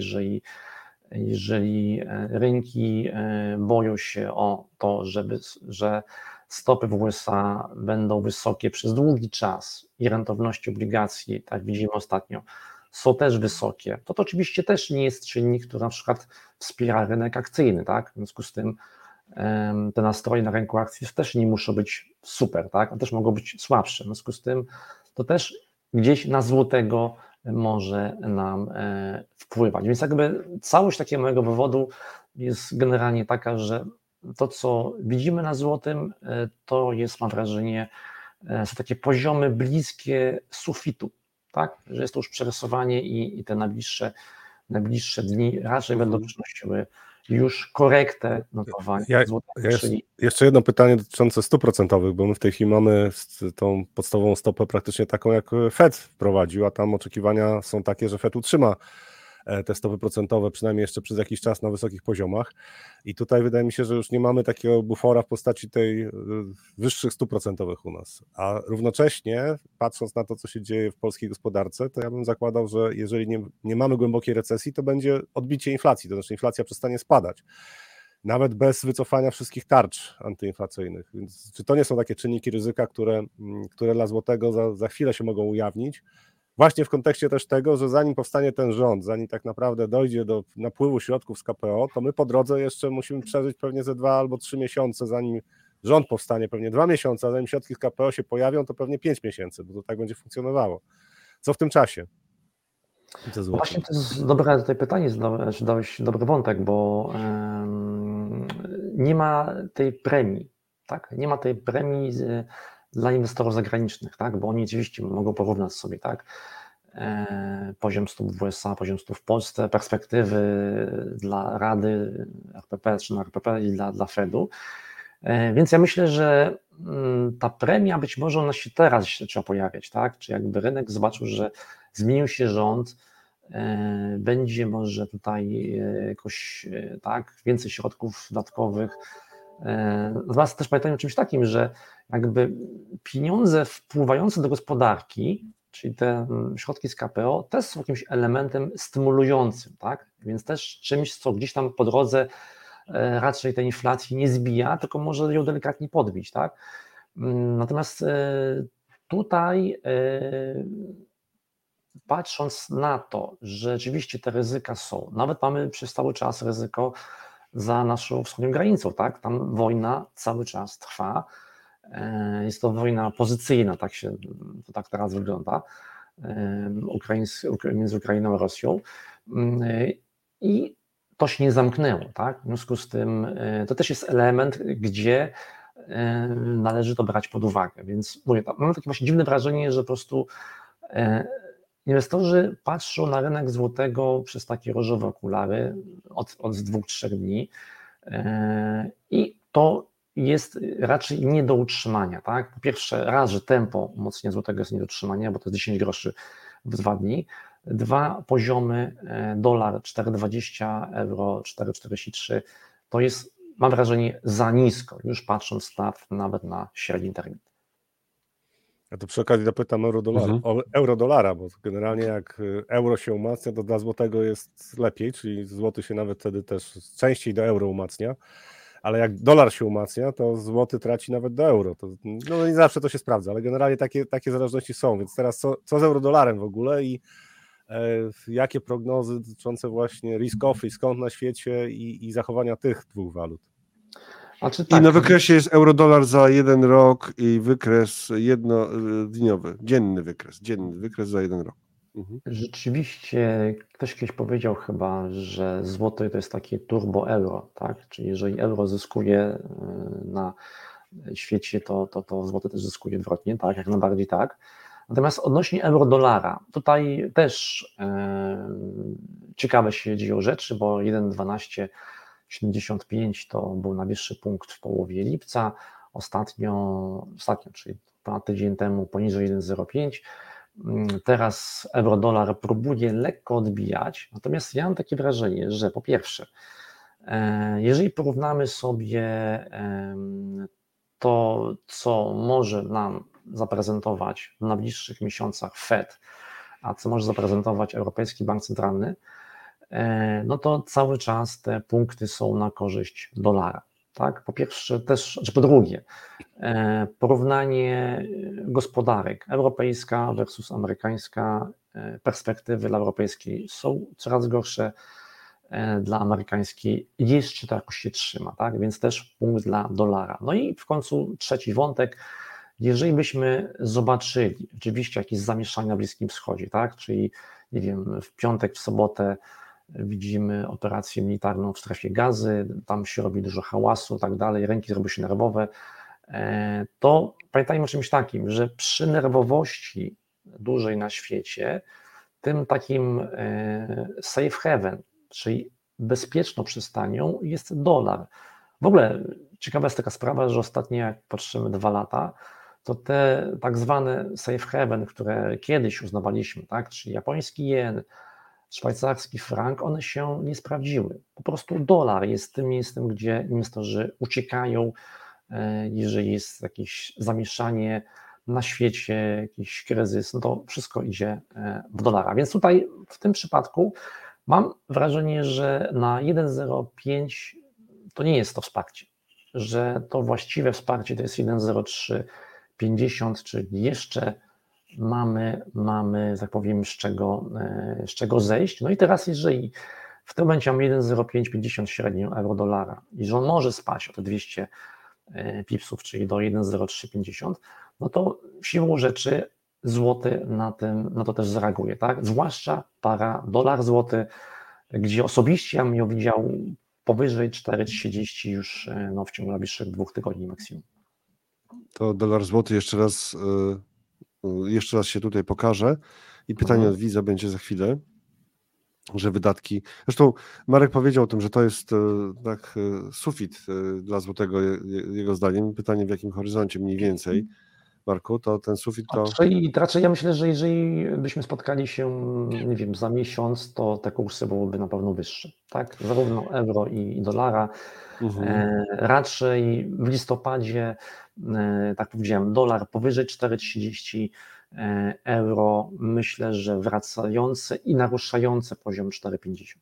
jeżeli rynki boją się o to, że stopy w USA będą wysokie przez długi czas i rentowności obligacji, tak widzimy ostatnio, są też wysokie, to oczywiście też nie jest czynnik, który na przykład wspiera rynek akcyjny, tak, w związku z tym te nastroje na rynku akcji też nie muszą być super, tak? A też mogą być słabsze. W związku z tym to też gdzieś na złotego może nam wpływać. Więc jakby całość takiego mojego wywodu jest generalnie taka, że to, co widzimy na złotym, to jest, mam wrażenie, są takie poziomy bliskie sufitu, tak? Że jest to już przerysowanie i te najbliższe dni raczej będą przynosiły już korektę notowania. Jeszcze jedno pytanie dotyczące stóp procentowych, bo my w tej chwili mamy tą podstawową stopę praktycznie taką, jak Fed wprowadził, a tam oczekiwania są takie, że Fed utrzyma te stopy procentowe, przynajmniej jeszcze przez jakiś czas na wysokich poziomach. I tutaj wydaje mi się, że już nie mamy takiego bufora w postaci tej wyższych stóp procentowych u nas. A równocześnie, patrząc na to, co się dzieje w polskiej gospodarce, to ja bym zakładał, że jeżeli nie mamy głębokiej recesji, to będzie odbicie inflacji, to znaczy inflacja przestanie spadać. Nawet bez wycofania wszystkich tarcz antyinflacyjnych. Więc czy to nie są takie czynniki ryzyka, które dla złotego za chwilę się mogą ujawnić? Właśnie w kontekście też tego, że zanim powstanie ten rząd, zanim tak naprawdę dojdzie do napływu środków z KPO, to my po drodze jeszcze musimy przeżyć pewnie ze 2 albo 3 miesiące, zanim rząd powstanie, pewnie 2 miesiące, a zanim środki z KPO się pojawią, to pewnie 5 miesięcy, bo to tak będzie funkcjonowało. Co w tym czasie? Właśnie to jest dobre tutaj pytanie, dałeś dobry wątek, bo nie ma tej premii, tak? Nie ma tej premii dla inwestorów zagranicznych, tak? Bo oni oczywiście mogą porównać sobie, tak? Poziom stóp w USA, poziom stóp w Polsce, perspektywy dla Rady RPP czy na RPP i dla Fedu. Więc ja myślę, że ta premia być może ona się teraz trzeba pojawiać, tak? Czy jakby rynek zobaczył, że zmienił się rząd, będzie może tutaj jakoś tak, więcej środków dodatkowych. Zwłaszcza też pamiętajmy o czymś takim, że jakby pieniądze wpływające do gospodarki, czyli te środki z KPO, też są jakimś elementem stymulującym, tak? Więc też czymś, co gdzieś tam po drodze raczej tej inflacji nie zbija, tylko może ją delikatnie podbić, tak? Natomiast tutaj patrząc na to, że rzeczywiście te ryzyka są, nawet mamy przez cały czas ryzyko za naszą wschodnią granicą, tak? Tam wojna cały czas trwa, jest to wojna pozycyjna, tak teraz wygląda, między Ukrainą a Rosją i to się nie zamknęło, tak? W związku z tym to też jest element, gdzie należy to brać pod uwagę, więc mówię, mam takie właśnie dziwne wrażenie, że po prostu inwestorzy patrzą na rynek złotego przez takie różowe okulary od 2-3 dni i to jest raczej nie do utrzymania, tak? Po pierwsze raz, że tempo umocnienia złotego jest nie do utrzymania, bo to jest 10 groszy w 2 dni. 2 poziomy, dolar 4,20, euro 4,43, to jest, mam wrażenie, za nisko, już patrząc nawet na średni termin. Ja to przy okazji dopytam euro-dolara, bo generalnie jak euro się umacnia, to dla złotego jest lepiej, czyli złoty się nawet wtedy też częściej do euro umacnia, ale jak dolar się umacnia, to złoty traci nawet do euro. To, no i zawsze to się sprawdza, ale generalnie takie zależności są, więc teraz co z euro-dolarem w ogóle i jakie prognozy dotyczące właśnie risk-off, risk-on na świecie i zachowania tych dwóch walut? Znaczy, tak. I na wykresie jest euro-dolar za 1 rok i wykres jednodniowy, dzienny wykres za 1 rok. Rzeczywiście ktoś kiedyś powiedział chyba, że złoto to jest takie turbo euro, tak? Czyli jeżeli euro zyskuje na świecie, to złoto też zyskuje odwrotnie, tak? Jak najbardziej tak. Natomiast odnośnie euro-dolara, tutaj też ciekawe się dzieją rzeczy, bo 1,1275 to był najwyższy punkt w połowie lipca, ostatnio, czyli ponad tydzień temu poniżej 1,05. Teraz euro-dolar próbuje lekko odbijać, natomiast ja mam takie wrażenie, że po pierwsze, jeżeli porównamy sobie to, co może nam zaprezentować w najbliższych miesiącach Fed, a co może zaprezentować Europejski Bank Centralny, no to cały czas te punkty są na korzyść dolara. Tak? Po pierwsze też, czy po drugie, porównanie gospodarek europejska versus amerykańska, perspektywy dla europejskiej są coraz gorsze, dla amerykańskiej jeszcze to jakoś się trzyma, tak? Więc też punkt dla dolara. No i w końcu trzeci wątek, jeżeli byśmy zobaczyli rzeczywiście jakieś zamieszania na Bliskim Wschodzie, tak? Czyli nie wiem, w piątek, w sobotę widzimy operację militarną w strefie Gazy, tam się robi dużo hałasu, tak dalej, ręki robią się nerwowe, to pamiętajmy o czymś takim, że przy nerwowości dużej na świecie, tym takim safe haven, czyli bezpieczną przystanią jest dolar. W ogóle ciekawa jest taka sprawa, że ostatnio jak patrzymy 2 lata, to te tak zwane safe haven, które kiedyś uznawaliśmy, tak, czyli japoński jen, szwajcarski frank, one się nie sprawdziły. Po prostu dolar jest tym miejscem, gdzie inwestorzy uciekają, jeżeli jest jakieś zamieszanie na świecie, jakiś kryzys, no to wszystko idzie w dolara. Więc tutaj w tym przypadku mam wrażenie, że na 1,05 to nie jest to wsparcie, że to właściwe wsparcie to jest 1,0350, czyli jeszcze mamy, tak powiem, z czego zejść. No i teraz, jeżeli w tym momencie mamy 1,0550 średnio euro-dolara i że on może spaść o te 200 pipsów, czyli do 1,0350, no to siłą rzeczy złoty na to też zareaguje, tak? Zwłaszcza para dolar-złoty, gdzie osobiście ja bym ją widział powyżej 4,30 już w ciągu najbliższych 2 tygodni maksimum. To dolar złoty jeszcze raz się tutaj pokaże i pytanie od widza będzie za chwilę, że wydatki... Zresztą Marek powiedział o tym, że to jest sufit dla złotego, jego zdaniem. Pytanie, w jakim horyzoncie mniej więcej, Marku, to ten sufit to... Raczej ja myślę, że jeżeli byśmy spotkali się, nie wiem, za miesiąc, to te kursy byłyby na pewno wyższe, tak? Zarówno euro i dolara. Raczej w listopadzie, tak powiedziałem, dolar powyżej 4,30, euro myślę, że wracające i naruszające poziom 4,50.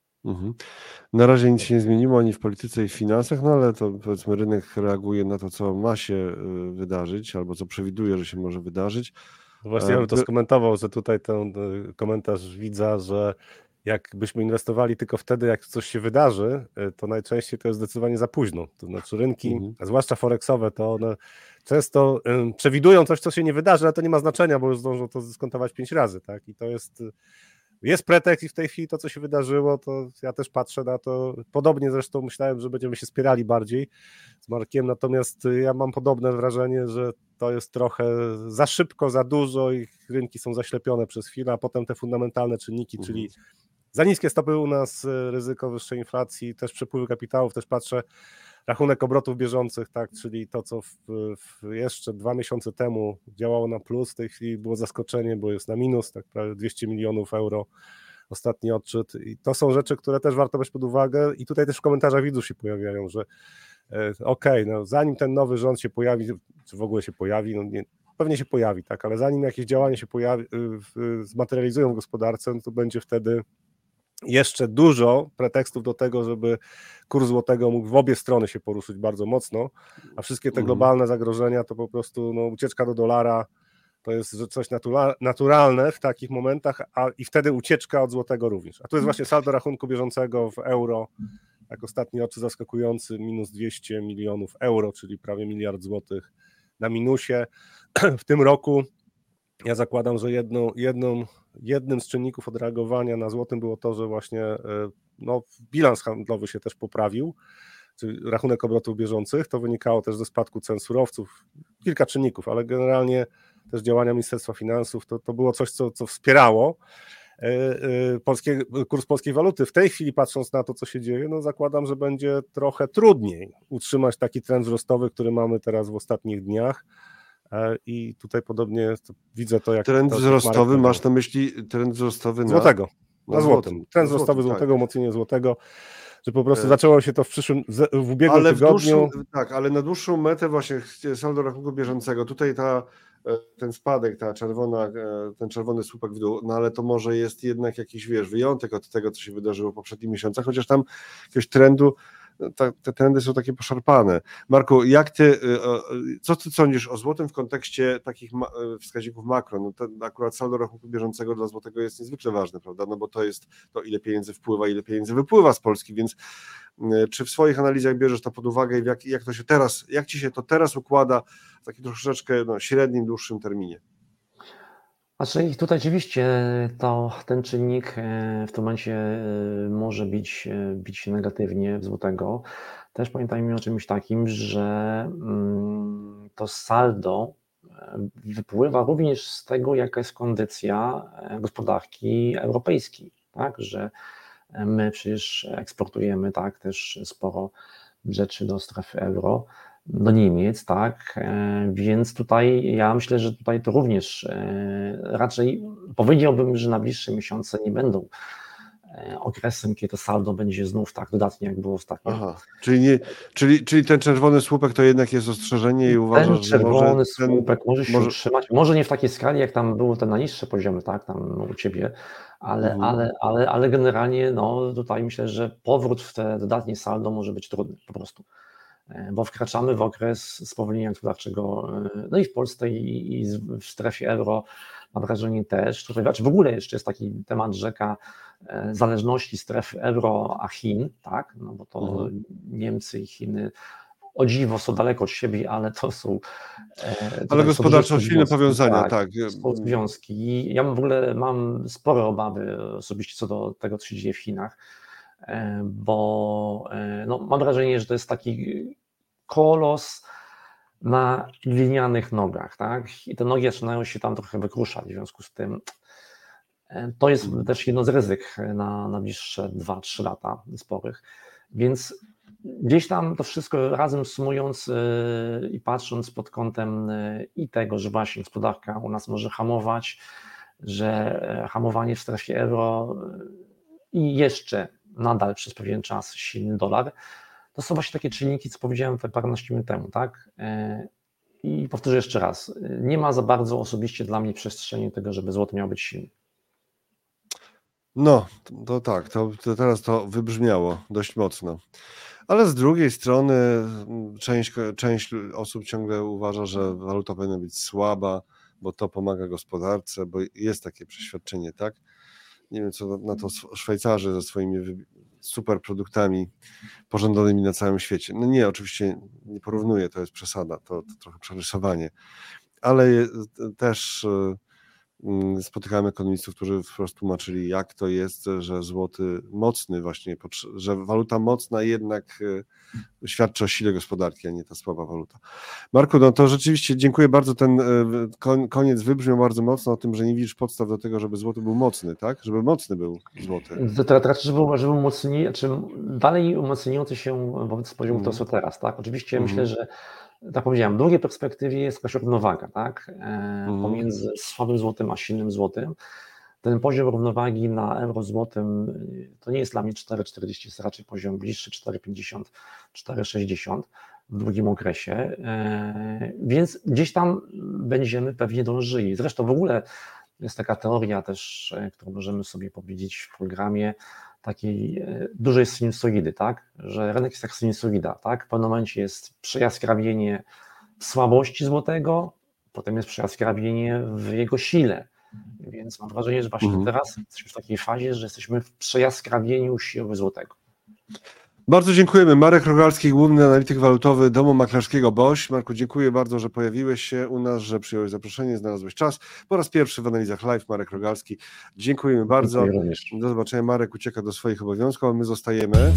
Na razie nic się nie zmieniło ani w polityce i w finansach, no ale to powiedzmy rynek reaguje na to, co ma się wydarzyć albo co przewiduje, że się może wydarzyć. Właśnie ja bym to skomentował, że tutaj ten komentarz widza, że jakbyśmy inwestowali tylko wtedy, jak coś się wydarzy, to najczęściej to jest zdecydowanie za późno. To znaczy rynki, a zwłaszcza forexowe, to one często przewidują coś, co się nie wydarzy, ale to nie ma znaczenia, bo już zdążą to zdyskontować 5 razy, tak? I to jest pretekst i w tej chwili to, co się wydarzyło, to ja też patrzę na to, podobnie zresztą myślałem, że będziemy się spierali bardziej z Markiem, natomiast ja mam podobne wrażenie, że to jest trochę za szybko, za dużo i rynki są zaślepione przez chwilę, a potem te fundamentalne czynniki, czyli za niskie stopy u nas, ryzyko wyższej inflacji, też przepływy kapitałów, też patrzę, rachunek obrotów bieżących, tak, czyli to, co jeszcze 2 miesiące temu działało na plus, w tej chwili było zaskoczenie, bo jest na minus, tak prawie 200 milionów euro ostatni odczyt i to są rzeczy, które też warto brać pod uwagę i tutaj też w komentarzach widzów się pojawiają, że no zanim ten nowy rząd się pojawi, czy w ogóle się pojawi, no nie, pewnie się pojawi, tak, ale zanim jakieś działania się zmaterializują w gospodarce, no to będzie wtedy jeszcze dużo pretekstów do tego, żeby kurs złotego mógł w obie strony się poruszyć bardzo mocno, a wszystkie te globalne zagrożenia to po prostu ucieczka do dolara to jest coś naturalne w takich momentach, i wtedy ucieczka od złotego również. A tu jest właśnie saldo rachunku bieżącego w euro, jak ostatni odczyt zaskakujący, minus 200 milionów euro, czyli prawie 1 miliard złotych na minusie. W tym roku ja zakładam, że jednym z czynników odreagowania na złotym było to, że właśnie bilans handlowy się też poprawił, czyli rachunek obrotów bieżących, to wynikało też ze spadku cen surowców, kilka czynników, ale generalnie też działania Ministerstwa Finansów, to było coś, co wspierało kurs polskiej waluty. W tej chwili, patrząc na to, co się dzieje, zakładam, że będzie trochę trudniej utrzymać taki trend wzrostowy, który mamy teraz w ostatnich dniach. I tutaj podobnie widzę to jak... Trend wzrostowy, masz na myśli trend wzrostowy złotego, na złotym. Trend wzrostowy złotego, umocnienie złotego, że po prostu zaczęło się to w ubiegłym tygodniu. Ale na dłuższą metę właśnie saldo rachunku bieżącego, tutaj ten spadek, ten czerwony słupek w dół, ale to może jest jednak jakiś, wyjątek od tego, co się wydarzyło w poprzednich miesiącach, chociaż tam jakiegoś trendu, te trendy są takie poszarpane. Marku, co ty sądzisz o złotym w kontekście takich wskaźników makro? Akurat saldo rachunku bieżącego dla złotego jest niezwykle ważne, prawda? Bo to jest to, ile pieniędzy wpływa, ile pieniędzy wypływa z Polski, więc czy w swoich analizach bierzesz to pod uwagę i jak ci się to teraz układa w takim troszeczkę średnim, dłuższym terminie? Znaczy tutaj rzeczywiście ten czynnik w tym momencie może bić negatywnie w złotego. Też pamiętajmy o czymś takim, że to saldo wypływa również z tego, jaka jest kondycja gospodarki europejskiej, tak, że my przecież eksportujemy też sporo rzeczy do strefy euro, do Niemiec, tak, więc tutaj ja myślę, że tutaj to również raczej powiedziałbym, że najbliższe miesiące nie będą okresem, kiedy to saldo będzie znów tak dodatnie, jak było ostatnio. Aha, czyli ten czerwony słupek to jednak jest ostrzeżenie i uważasz, Ten że może czerwony słupek może się może... utrzymać, może nie w takiej skali, jak tam było te najniższe poziomy, tak, tam u Ciebie, ale generalnie no, tutaj myślę, że powrót w te dodatnie saldo może być trudny po prostu, bo wkraczamy w okres spowolnienia gospodarczego, no i w Polsce i w strefie euro, mam wrażenie też, tutaj znaczy w ogóle jeszcze jest taki temat rzeka zależności strefy euro a Chin, tak, no bo to Niemcy i Chiny o dziwo są daleko od siebie, ale to są Ale gospodarczo duże silne związki, powiązania, tak. są związki i ja w ogóle mam spore obawy osobiście co do tego, co się dzieje w Chinach, bo no, mam wrażenie, że to jest taki kolos na glinianych nogach, tak? I te nogi zaczynają się tam trochę wykruszać, w związku z tym to jest też jedno z ryzyk na najbliższe 2-3 lata sporych, więc gdzieś tam to wszystko razem sumując i patrząc pod kątem i tego, że właśnie gospodarka u nas może hamować, że hamowanie w strefie euro i jeszcze nadal przez pewien czas silny dolar, to są właśnie takie czynniki, co powiedziałem te paręnaście minut temu, tak? I powtórzę jeszcze raz, nie ma za bardzo osobiście dla mnie przestrzeni tego, żeby złoto miał być silny. No, to tak, to teraz to wybrzmiało dość mocno. Ale z drugiej strony część osób ciągle uważa, że waluta powinna być słaba, bo to pomaga gospodarce, bo jest takie przeświadczenie, tak? Nie wiem, co na to Szwajcarzy ze swoimi super produktami pożądanymi na całym świecie. No nie, oczywiście nie porównuję, to jest przesada, to trochę przerysowanie, ale też spotykałem ekonomistów, którzy po prostu tłumaczyli, jak to jest, że złoty mocny właśnie, że waluta mocna jednak świadczy o sile gospodarki, a nie ta słaba waluta. Marku, no to rzeczywiście dziękuję bardzo, ten koniec wybrzmiał bardzo mocno o tym, że nie widzisz podstaw do tego, żeby złoty był mocny, tak? Żeby mocny był złoty. To raczej, żeby umocnić, czy dalej umocniający się wobec poziomu to co teraz, tak? Oczywiście myślę, że tak powiedziałem, w długiej perspektywie jest jakaś równowaga, tak? Pomiędzy słabym złotym a silnym złotym. Ten poziom równowagi na euro-złotym to nie jest dla mnie 4,40, jest raczej poziom bliższy 4,50, 4,60 w długim okresie, więc gdzieś tam będziemy pewnie dążyli. Zresztą w ogóle jest taka teoria też, którą możemy sobie powiedzieć w programie, takiej dużej sinusoidy, tak? Że rynek jest jak sinusoida, tak? W pewnym momencie jest przejaskrawienie słabości złotego, potem jest przejaskrawienie w jego sile, więc mam wrażenie, że właśnie teraz jesteśmy w takiej fazie, że jesteśmy w przejaskrawieniu siły złotego. Bardzo dziękujemy. Marek Rogalski, główny analityk walutowy Domu Maklerskiego BOŚ. Marku, dziękuję bardzo, że pojawiłeś się u nas, że przyjąłeś zaproszenie, znalazłeś czas. Po raz pierwszy w Analizach Live Marek Rogalski. Dziękujemy bardzo. Dziękuję również. Do zobaczenia. Marek ucieka do swoich obowiązków, a my zostajemy.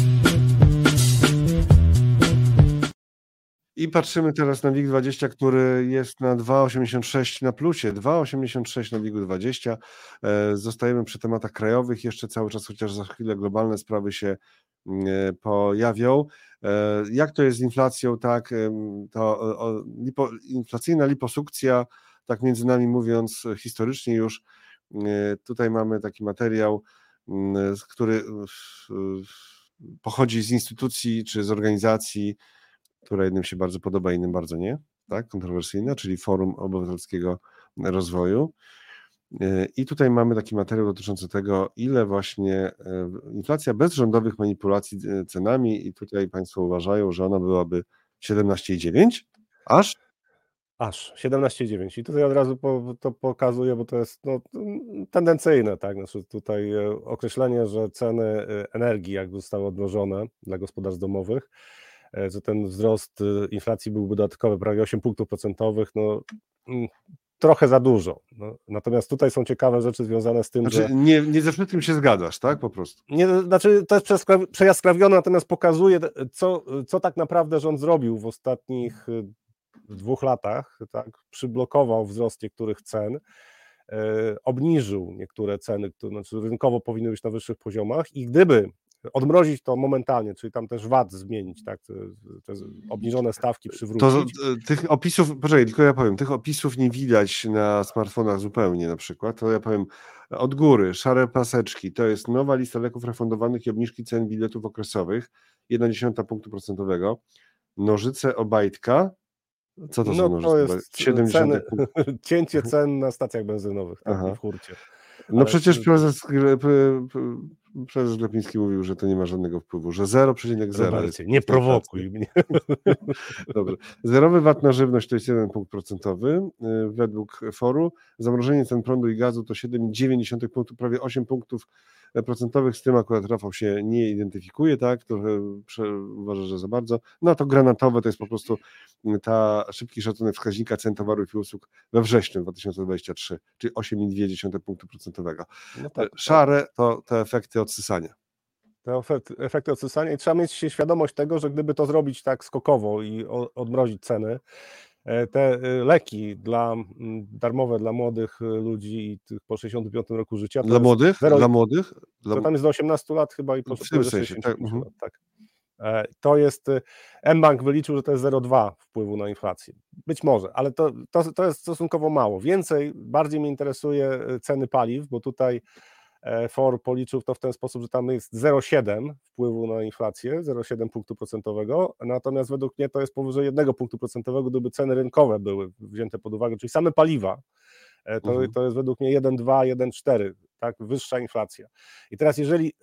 I patrzymy teraz na WIG20, który jest na 2,86 na plusie, 2,86 na WIG20. Zostajemy przy tematach krajowych jeszcze cały czas, chociaż za chwilę globalne sprawy się pojawią. Jak to jest z inflacją, tak, to inflacyjna liposukcja, tak między nami mówiąc historycznie już, tutaj mamy taki materiał, który pochodzi z instytucji czy z organizacji, która jednym się bardzo podoba, innym bardzo nie, tak, kontrowersyjna, czyli Forum Obywatelskiego Rozwoju. I tutaj mamy taki materiał dotyczący tego, ile właśnie inflacja bez rządowych manipulacji cenami i tutaj Państwo uważają, że ona byłaby 17,9? Aż 17,9 i tutaj od razu to pokazuje, bo to jest tendencyjne, tak? Znaczy tutaj określenie, że ceny energii jak zostały odmrożone dla gospodarstw domowych, że ten wzrost inflacji byłby dodatkowy prawie 8 punktów procentowych, no trochę za dużo. No, natomiast tutaj są ciekawe rzeczy związane z tym, znaczy, że... Nie ze wszystkim się zgadzasz, tak? Po prostu. Nie, znaczy to jest przejaskrawione, natomiast pokazuje, co tak naprawdę rząd zrobił w ostatnich 2 latach, tak? Przyblokował wzrost niektórych cen, obniżył niektóre ceny, które znaczy rynkowo powinny być na wyższych poziomach i gdyby odmrozić to momentalnie, czyli tam też VAT zmienić, tak, te obniżone stawki To przywrócić. tych opisów, poczekaj, tylko ja powiem, tych opisów nie widać na smartfonach zupełnie na przykład, to ja powiem od góry, szare paseczki, to jest nowa lista leków refundowanych i obniżki cen biletów okresowych, 0,1 punktu procentowego, nożyce Obajtka, co to są No to nożyce Obajtka? jest 70 ceny, punktów. cięcie cen na stacjach benzynowych, tak, Aha. i w hurcie. No Ale przecież prezes Glapiński mówił, że to nie ma żadnego wpływu, że 0,0 jest Robercie, nie inflacja. prowokuj mnie. Dobrze. Zerowy VAT na żywność to jest 1 punkt procentowy według Foru. Zamrożenie cen prądu i gazu to 7,9 punktu, prawie 8 punktów procentowych. Z tym akurat Rafał się nie identyfikuje, tak? Trochę uważa, że za bardzo. No a to granatowe to jest po prostu ta szybki szacunek wskaźnika cen towarów i usług we wrześniu 2023, czyli 8,2 punktu procentowego. No tak, Szare to te efekty odsysania. te efekty odsysania i trzeba mieć świadomość tego, że gdyby to zrobić tak skokowo i odmrozić ceny, te leki darmowe dla młodych ludzi i tych po 65 roku życia. Dla młodych? Dla młodych? To tam jest do 18 lat chyba i po w tym sensie, 65 tak. lat, tak. To jest, mBank wyliczył, że to jest 0,2 wpływu na inflację. Być może, ale to jest stosunkowo mało. Bardziej mnie interesuje ceny paliw, bo tutaj FOR policzył to w ten sposób, że tam jest 0,7 wpływu na inflację, 0,7 punktu procentowego, natomiast według mnie to jest powyżej 1 punktu procentowego, gdyby ceny rynkowe były wzięte pod uwagę, czyli same paliwa, to jest według mnie 1,2, 1,4, tak, wyższa inflacja. I teraz jeżeli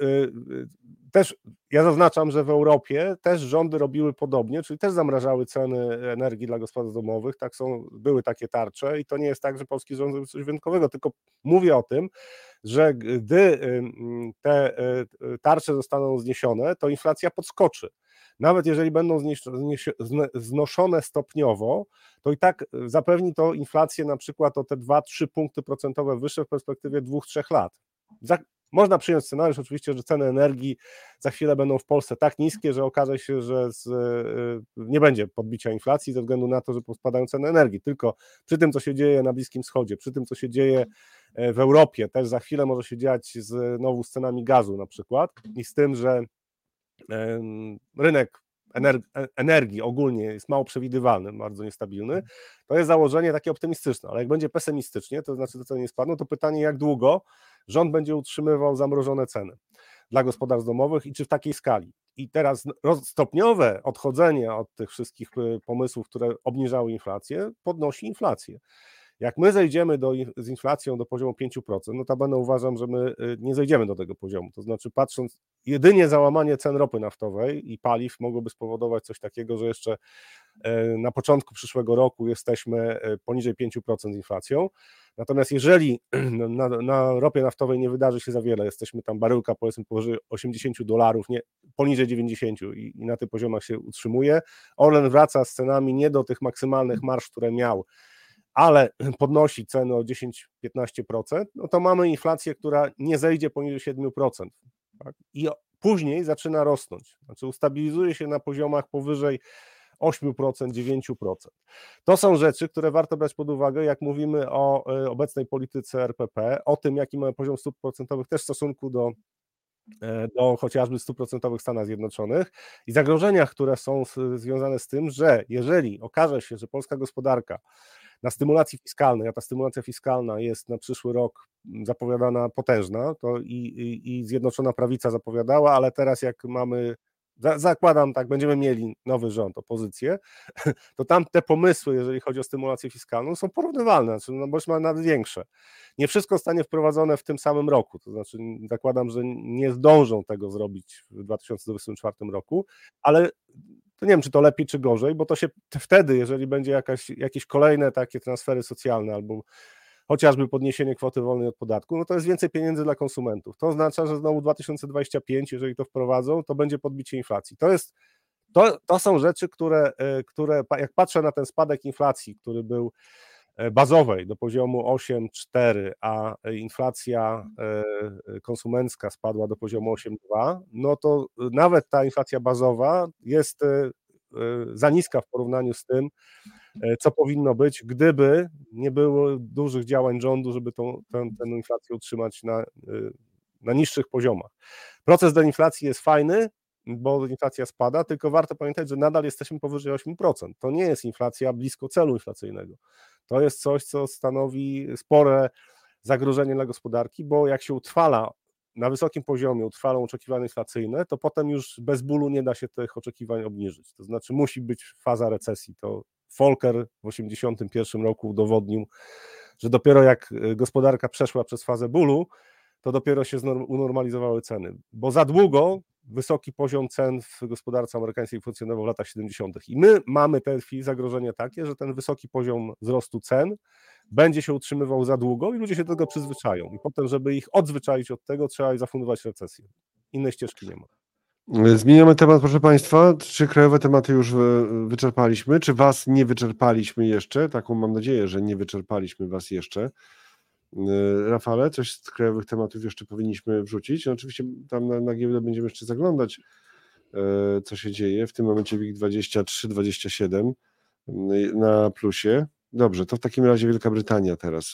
też ja zaznaczam, że w Europie też rządy robiły podobnie, czyli też zamrażały ceny energii dla gospodarstw domowych, tak, były takie tarcze i to nie jest tak, że polski rząd zrobił coś wyjątkowego, tylko mówię o tym, że gdy te tarcze zostaną zniesione, to inflacja podskoczy. Nawet jeżeli będą znoszone stopniowo, to i tak zapewni to inflację na przykład o te 2-3 punkty procentowe wyższe w perspektywie 2-3 lat. Można przyjąć scenariusz oczywiście, że ceny energii za chwilę będą w Polsce tak niskie, że okaże się, że nie będzie podbicia inflacji ze względu na to, że spadają ceny energii. Tylko przy tym, co się dzieje na Bliskim Wschodzie, przy tym, co się dzieje w Europie, też za chwilę może się dziać znowu z cenami gazu na przykład i z tym, że rynek energii ogólnie jest mało przewidywalny, bardzo niestabilny, to jest założenie takie optymistyczne, ale jak będzie pesymistycznie, to znaczy, że ceny nie spadną, to pytanie, jak długo rząd będzie utrzymywał zamrożone ceny dla gospodarstw domowych i czy w takiej skali. I teraz stopniowe odchodzenie od tych wszystkich pomysłów, które obniżały inflację, podnosi inflację. Jak my zejdziemy z inflacją do poziomu 5%, notabene uważam, że my nie zejdziemy do tego poziomu. To znaczy, patrząc, jedynie załamanie cen ropy naftowej i paliw mogłoby spowodować coś takiego, że jeszcze na początku przyszłego roku jesteśmy poniżej 5% inflacją. Natomiast jeżeli na ropie naftowej nie wydarzy się za wiele, jesteśmy tam baryłka powiedzmy powyżej $80, nie, poniżej 90 i na tych poziomach się utrzymuje. Orlen wraca z cenami nie do tych maksymalnych marż, które miał, ale podnosi ceny o 10-15%, no to mamy inflację, która nie zejdzie poniżej 7%. Tak? I później zaczyna rosnąć. Znaczy ustabilizuje się na poziomach powyżej 8%, 9%. To są rzeczy, które warto brać pod uwagę, jak mówimy o obecnej polityce RPP, o tym, jaki mamy poziom stóp procentowych też w stosunku do chociażby stóp procentowych w Stanach Zjednoczonych i zagrożeniach, które są związane z tym, że jeżeli okaże się, że polska gospodarka na stymulacji fiskalnej, a ta stymulacja fiskalna jest na przyszły rok zapowiadana potężna, to i Zjednoczona Prawica zapowiadała, ale teraz jak mamy, zakładam, tak, będziemy mieli nowy rząd, opozycję, to tam te pomysły, jeżeli chodzi o stymulację fiskalną, są porównywalne, znaczy, no bo już ma nawet większe. Nie wszystko zostanie wprowadzone w tym samym roku, to znaczy zakładam, że nie zdążą tego zrobić w 2024 roku, ale to nie wiem, czy to lepiej, czy gorzej, bo to się wtedy, jeżeli będzie jakieś kolejne takie transfery socjalne albo chociażby podniesienie kwoty wolnej od podatku, no to jest więcej pieniędzy dla konsumentów. To oznacza, że znowu 2025, jeżeli to wprowadzą, to będzie podbicie inflacji. To są rzeczy, które jak patrzę na ten spadek inflacji, który był bazowej do poziomu 8,4, a inflacja konsumencka spadła do poziomu 8,2, no to nawet ta inflacja bazowa jest za niska w porównaniu z tym, co powinno być, gdyby nie było dużych działań rządu, żeby tę inflację utrzymać na niższych poziomach. Proces deinflacji jest fajny, bo inflacja spada, tylko warto pamiętać, że nadal jesteśmy powyżej 8%. To nie jest inflacja blisko celu inflacyjnego. To jest coś, co stanowi spore zagrożenie dla gospodarki, bo jak się utrwala na wysokim poziomie, utrwalą oczekiwania inflacyjne, to potem już bez bólu nie da się tych oczekiwań obniżyć. To znaczy musi być faza recesji. To Volcker w 1981 roku udowodnił, że dopiero jak gospodarka przeszła przez fazę bólu, to dopiero się unormalizowały ceny, bo za długo wysoki poziom cen w gospodarce amerykańskiej funkcjonował w latach 70. I my mamy w tej chwili zagrożenie takie, że ten wysoki poziom wzrostu cen będzie się utrzymywał za długo i ludzie się do tego przyzwyczają. I potem, żeby ich odzwyczaić od tego, trzeba zafundować recesję. Innej ścieżki nie ma. Zmieniamy temat, proszę Państwa. Czy krajowe tematy już wyczerpaliśmy? Czy Was nie wyczerpaliśmy jeszcze? Taką mam nadzieję, że nie wyczerpaliśmy Was jeszcze. Rafale, coś z krajowych tematów jeszcze powinniśmy wrzucić. No oczywiście tam na giełdę będziemy jeszcze zaglądać, co się dzieje. W tym momencie WIG 23-27 na plusie. Dobrze, to w takim razie Wielka Brytania teraz.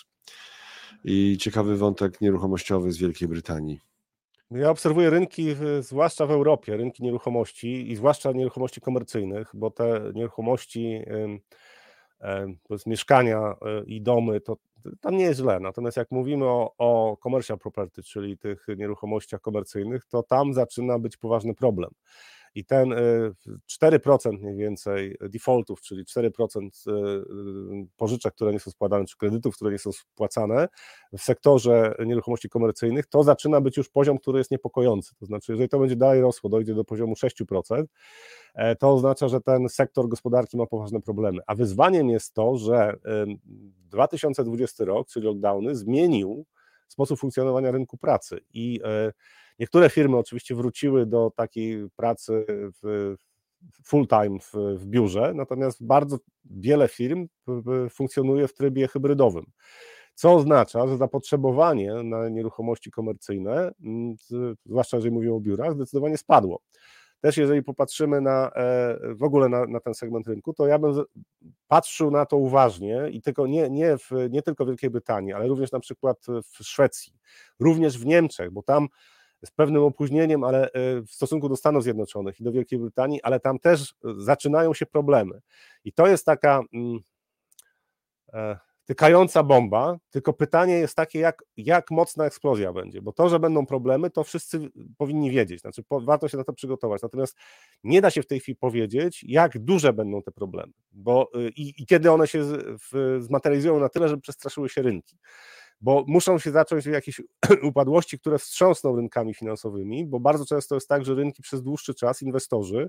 I ciekawy wątek nieruchomościowy z Wielkiej Brytanii. Ja obserwuję rynki, zwłaszcza w Europie, rynki nieruchomości i zwłaszcza nieruchomości komercyjnych, bo te nieruchomości, mieszkania i domy, to tam nie jest źle. Natomiast jak mówimy o commercial property, czyli tych nieruchomościach komercyjnych, to tam zaczyna być poważny problem. I ten 4% mniej więcej defaultów, czyli 4% pożyczek, które nie są spłacane, czy kredytów, które nie są spłacane w sektorze nieruchomości komercyjnych, to zaczyna być już poziom, który jest niepokojący. To znaczy, jeżeli to będzie dalej rosło, dojdzie do poziomu 6%, to oznacza, że ten sektor gospodarki ma poważne problemy. A wyzwaniem jest to, że 2020 rok, czyli lockdowny, zmienił sposób funkcjonowania rynku pracy i niektóre firmy oczywiście wróciły do takiej pracy full time w biurze, natomiast bardzo wiele firm funkcjonuje w trybie hybrydowym, co oznacza, że zapotrzebowanie na nieruchomości komercyjne, zwłaszcza jeżeli mówimy o biurach, zdecydowanie spadło. Też jeżeli popatrzymy w ogóle na ten segment rynku, to ja bym patrzył na to uważnie i tylko nie tylko w Wielkiej Brytanii, ale również na przykład w Szwecji, również w Niemczech, bo tam z pewnym opóźnieniem, ale w stosunku do Stanów Zjednoczonych i do Wielkiej Brytanii, ale tam też zaczynają się problemy. I to jest taka tykająca bomba, tylko pytanie jest takie, jak mocna eksplozja będzie, bo to, że będą problemy, to wszyscy powinni wiedzieć, znaczy warto się na to przygotować, natomiast nie da się w tej chwili powiedzieć, jak duże będą te problemy, bo i kiedy one się zmaterializują na tyle, żeby przestraszyły się rynki. Bo muszą się zacząć jakieś upadłości, które wstrząsną rynkami finansowymi, bo bardzo często jest tak, że rynki przez dłuższy czas, inwestorzy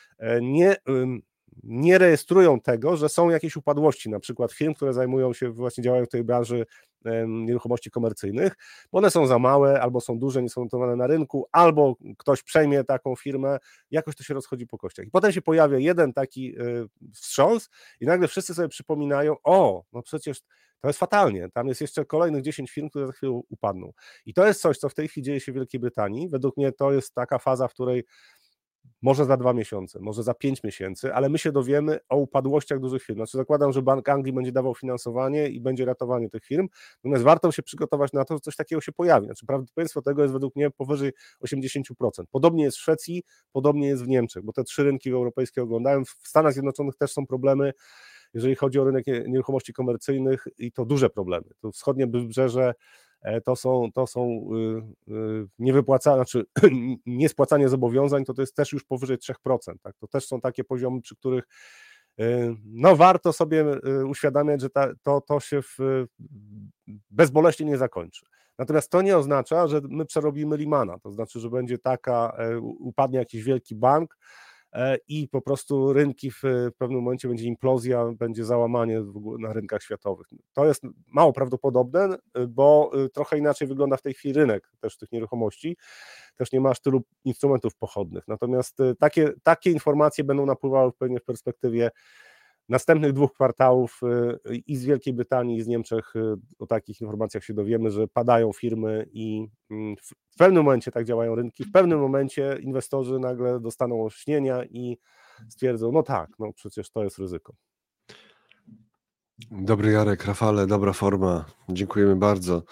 nie rejestrują tego, że są jakieś upadłości, na przykład firm, które działają w tej branży nieruchomości komercyjnych, bo one są za małe, albo są duże, nie są notowane na rynku, albo ktoś przejmie taką firmę, jakoś to się rozchodzi po kościach. I potem się pojawia jeden taki wstrząs i nagle wszyscy sobie przypominają, no przecież to jest fatalnie, tam jest jeszcze kolejnych 10 firm, które za chwilę upadną. I to jest coś, co w tej chwili dzieje się w Wielkiej Brytanii. Według mnie to jest taka faza, w której może za 2 miesiące, może za 5 miesięcy, ale my się dowiemy o upadłościach dużych firm. Znaczy zakładam, że Bank Anglii będzie dawał finansowanie i będzie ratowanie tych firm, natomiast warto się przygotować na to, że coś takiego się pojawi. Znaczy prawdopodobieństwo tego jest według mnie powyżej 80%. Podobnie jest w Szwecji, podobnie jest w Niemczech, bo te 3 rynki europejskie oglądałem. W Stanach Zjednoczonych też są problemy, jeżeli chodzi o rynek nieruchomości komercyjnych i to duże problemy. To wschodnie wybrzeże to są niewypłacane, znaczy niespłacanie zobowiązań, to jest też już powyżej 3%. Tak? To też są takie poziomy, przy których warto sobie uświadamiać, że to się bezboleśnie nie zakończy. Natomiast to nie oznacza, że my przerobimy Lehmana, to znaczy, że będzie upadnie jakiś wielki bank i po prostu rynki w pewnym momencie będzie implozja, będzie załamanie na rynkach światowych. To jest mało prawdopodobne, bo trochę inaczej wygląda w tej chwili rynek też tych nieruchomości, też nie ma aż tylu instrumentów pochodnych. Natomiast takie informacje będą napływały pewnie w perspektywie następnych 2 kwartałów i z Wielkiej Brytanii, i z Niemczech o takich informacjach się dowiemy, że padają firmy i w pewnym momencie tak działają rynki, w pewnym momencie inwestorzy nagle dostaną olśnienia i stwierdzą, przecież to jest ryzyko. Dobry Jarek, Rafale, dobra forma, dziękujemy bardzo.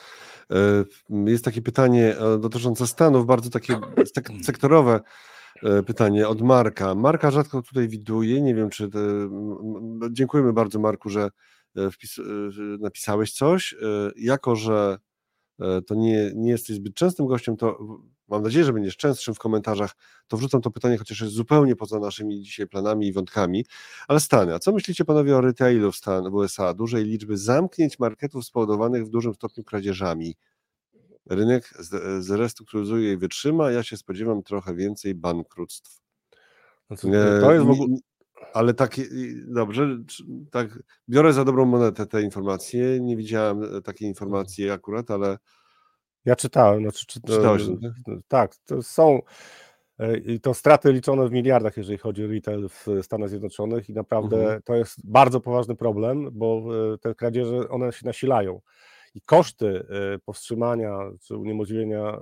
Jest takie pytanie dotyczące Stanów, bardzo takie sektorowe pytanie od Marka. Marka rzadko tutaj widuję, nie wiem czy... Dziękujemy bardzo Marku, że napisałeś coś. Jako, że to nie jesteś zbyt częstym gościem, to mam nadzieję, że będziesz częstszym w komentarzach, to wrzucam to pytanie, chociaż jest zupełnie poza naszymi dzisiaj planami i wątkami. Ale Stany, a co myślicie panowie o retailu w USA? Dużej liczby zamknięć marketów spowodowanych w dużym stopniu kradzieżami. Rynek zrestrukturyzuje i wytrzyma, ja się spodziewam trochę więcej bankructw. To jest w ogóle... Ale takie, dobrze, tak, biorę za dobrą monetę te informacje, nie widziałem takiej informacji akurat, ale... Ja czytałem, Czytałeś? Tak, to są to straty liczone w miliardach, jeżeli chodzi o retail w Stanach Zjednoczonych i naprawdę to jest bardzo poważny problem, bo te kradzieże, one się nasilają i koszty powstrzymania czy uniemożliwienia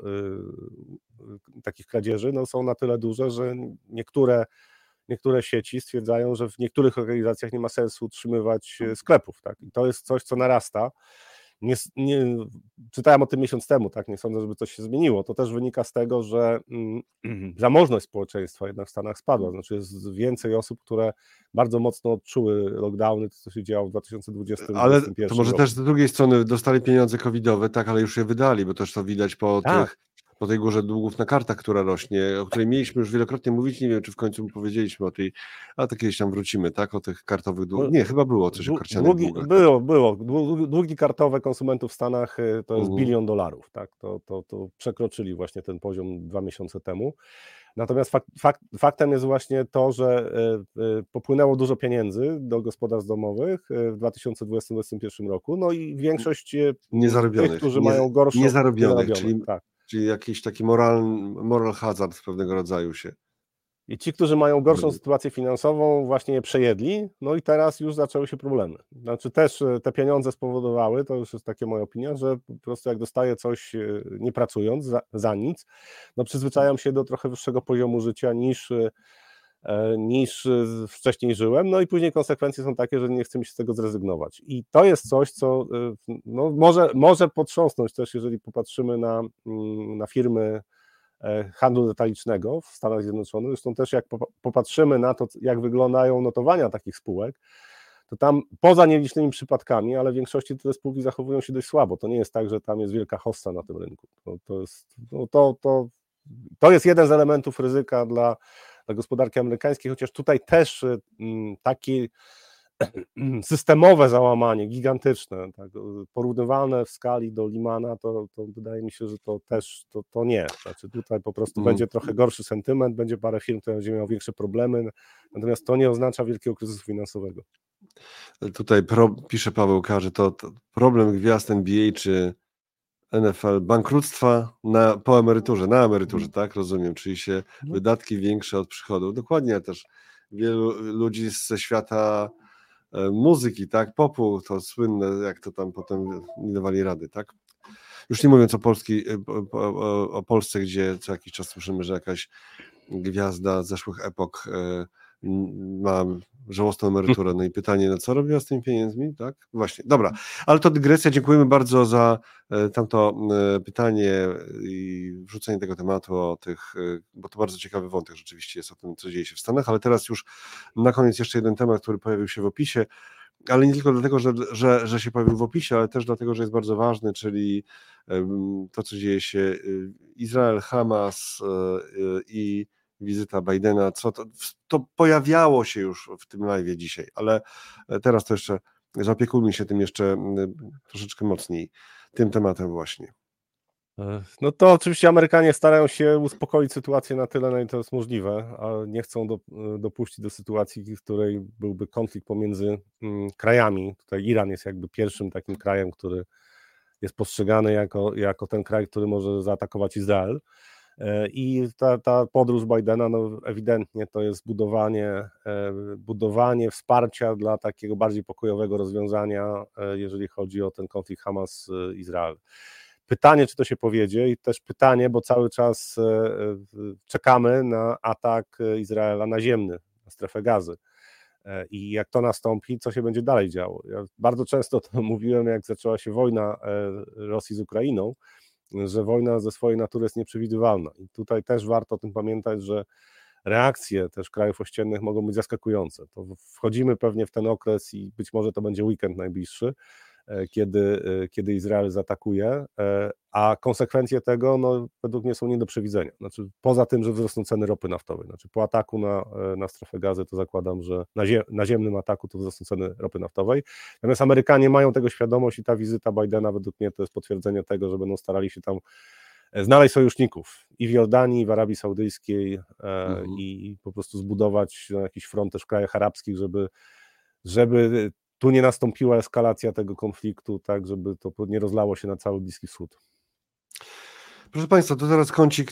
takich kradzieży są na tyle duże, że niektóre sieci stwierdzają, że w niektórych organizacjach nie ma sensu utrzymywać sklepów. Tak? I to jest coś, co narasta. Czytałem o tym miesiąc temu, tak? Nie sądzę, żeby coś się zmieniło. To też wynika z tego, że zamożność społeczeństwa jednak w Stanach spadła. Znaczy jest więcej osób, które bardzo mocno odczuły lockdowny, to co się działo w 2020 roku. Ale to może też z drugiej strony dostali pieniądze covidowe, tak, ale już je wydali, bo też to widać po tej górze długów na kartach, która rośnie, o której mieliśmy już wielokrotnie mówić, nie wiem, czy w końcu powiedzieliśmy o tej, ale to kiedyś tam wrócimy, tak, o tych kartowych długach. Nie, chyba było coś o karcianych długach. Było. Długi kartowe konsumentów w Stanach to jest $1 bilion, tak, to przekroczyli właśnie ten poziom 2 miesiące temu. Natomiast faktem jest właśnie to, że popłynęło dużo pieniędzy do gospodarstw domowych w 2020-2021 roku, no i większość niezarobionych, tych, którzy mają gorszą... Niezarobionych, czyli jakiś taki moral hazard pewnego rodzaju się. I ci, którzy mają gorszą sytuację finansową, właśnie je przejedli, no i teraz już zaczęły się problemy. Znaczy też te pieniądze spowodowały, to już jest taka moja opinia, że po prostu jak dostaję coś nie pracując za nic, no przyzwyczajam się do trochę wyższego poziomu życia niż wcześniej żyłem, no i później konsekwencje są takie, że nie chcę mi się z tego zrezygnować. I to jest coś, co no, może potrząsnąć też, jeżeli popatrzymy na firmy handlu detalicznego w Stanach Zjednoczonych. Zresztą też jak popatrzymy na to, jak wyglądają notowania takich spółek, to tam poza nielicznymi przypadkami, ale w większości te spółki zachowują się dość słabo. To nie jest tak, że tam jest wielka hossa na tym rynku. To jest jeden z elementów ryzyka dla gospodarki amerykańskiej, chociaż tutaj też takie systemowe załamanie, gigantyczne, tak, porównywalne w skali do Lehmana, to wydaje mi się, że to też to nie. Znaczy tutaj po prostu będzie trochę gorszy sentyment, będzie parę firm, które będzie miało większe problemy, natomiast to nie oznacza wielkiego kryzysu finansowego. Tutaj pisze Paweł Karzy, to problem gwiazd NBA czy NFL, bankructwa po emeryturze, na emeryturze, tak, rozumiem, czyli się wydatki większe od przychodów. Dokładnie, też wielu ludzi ze świata muzyki, tak, popu, to słynne, jak to tam potem nie dawali rady, tak. Już nie mówiąc o Polsce, gdzie co jakiś czas słyszymy, że jakaś gwiazda zeszłych epok ma żałosną emeryturę. No i pytanie, no co robiła z tymi pieniędzmi, tak? Właśnie, dobra, ale to dygresja, dziękujemy bardzo za tamto pytanie i wrzucenie tego tematu o tych, bo to bardzo ciekawy wątek rzeczywiście jest o tym, co dzieje się w Stanach, ale teraz już na koniec jeszcze jeden temat, który pojawił się w opisie, ale nie tylko dlatego, że się pojawił w opisie, ale też dlatego, że jest bardzo ważny, czyli to, co dzieje się Izrael, Hamas i wizyta Bidena, to pojawiało się już w tym live'ie dzisiaj, ale teraz to jeszcze zaopiekujmy się tym jeszcze troszeczkę mocniej, tym tematem właśnie. No to oczywiście Amerykanie starają się uspokoić sytuację na tyle, na ile to jest możliwe, a nie chcą dopuścić do sytuacji, w której byłby konflikt pomiędzy krajami. Tutaj Iran jest jakby pierwszym takim krajem, który jest postrzegany jako ten kraj, który może zaatakować Izrael. I ta podróż Bidena, no ewidentnie to jest budowanie wsparcia dla takiego bardziej pokojowego rozwiązania, jeżeli chodzi o ten konflikt Hamas-Izrael. Pytanie, czy to się powiedzie i też pytanie, bo cały czas czekamy na atak Izraela naziemny, na strefę Gazy. i jak to nastąpi, co się będzie dalej działo. Ja bardzo często to mówiłem, jak zaczęła się wojna Rosji z Ukrainą, że wojna ze swojej natury jest nieprzewidywalna i tutaj też warto o tym pamiętać, że reakcje też krajów ościennych mogą być zaskakujące. To wchodzimy pewnie w ten okres i być może to będzie weekend najbliższy, kiedy Izrael zaatakuje, a konsekwencje tego według mnie są nie do przewidzenia. Znaczy, poza tym, że wzrosną ceny ropy naftowej. Znaczy, po ataku na strefę gazy to zakładam, że naziemnym ataku to wzrosną ceny ropy naftowej. Natomiast Amerykanie mają tego świadomość i ta wizyta Bidena według mnie to jest potwierdzenie tego, że będą starali się tam znaleźć sojuszników i w Jordanii, i w Arabii Saudyjskiej i po prostu zbudować jakiś front też w krajach arabskich, żeby tu nie nastąpiła eskalacja tego konfliktu, tak, żeby to nie rozlało się na cały Bliski Wschód. Proszę Państwa, to teraz kącik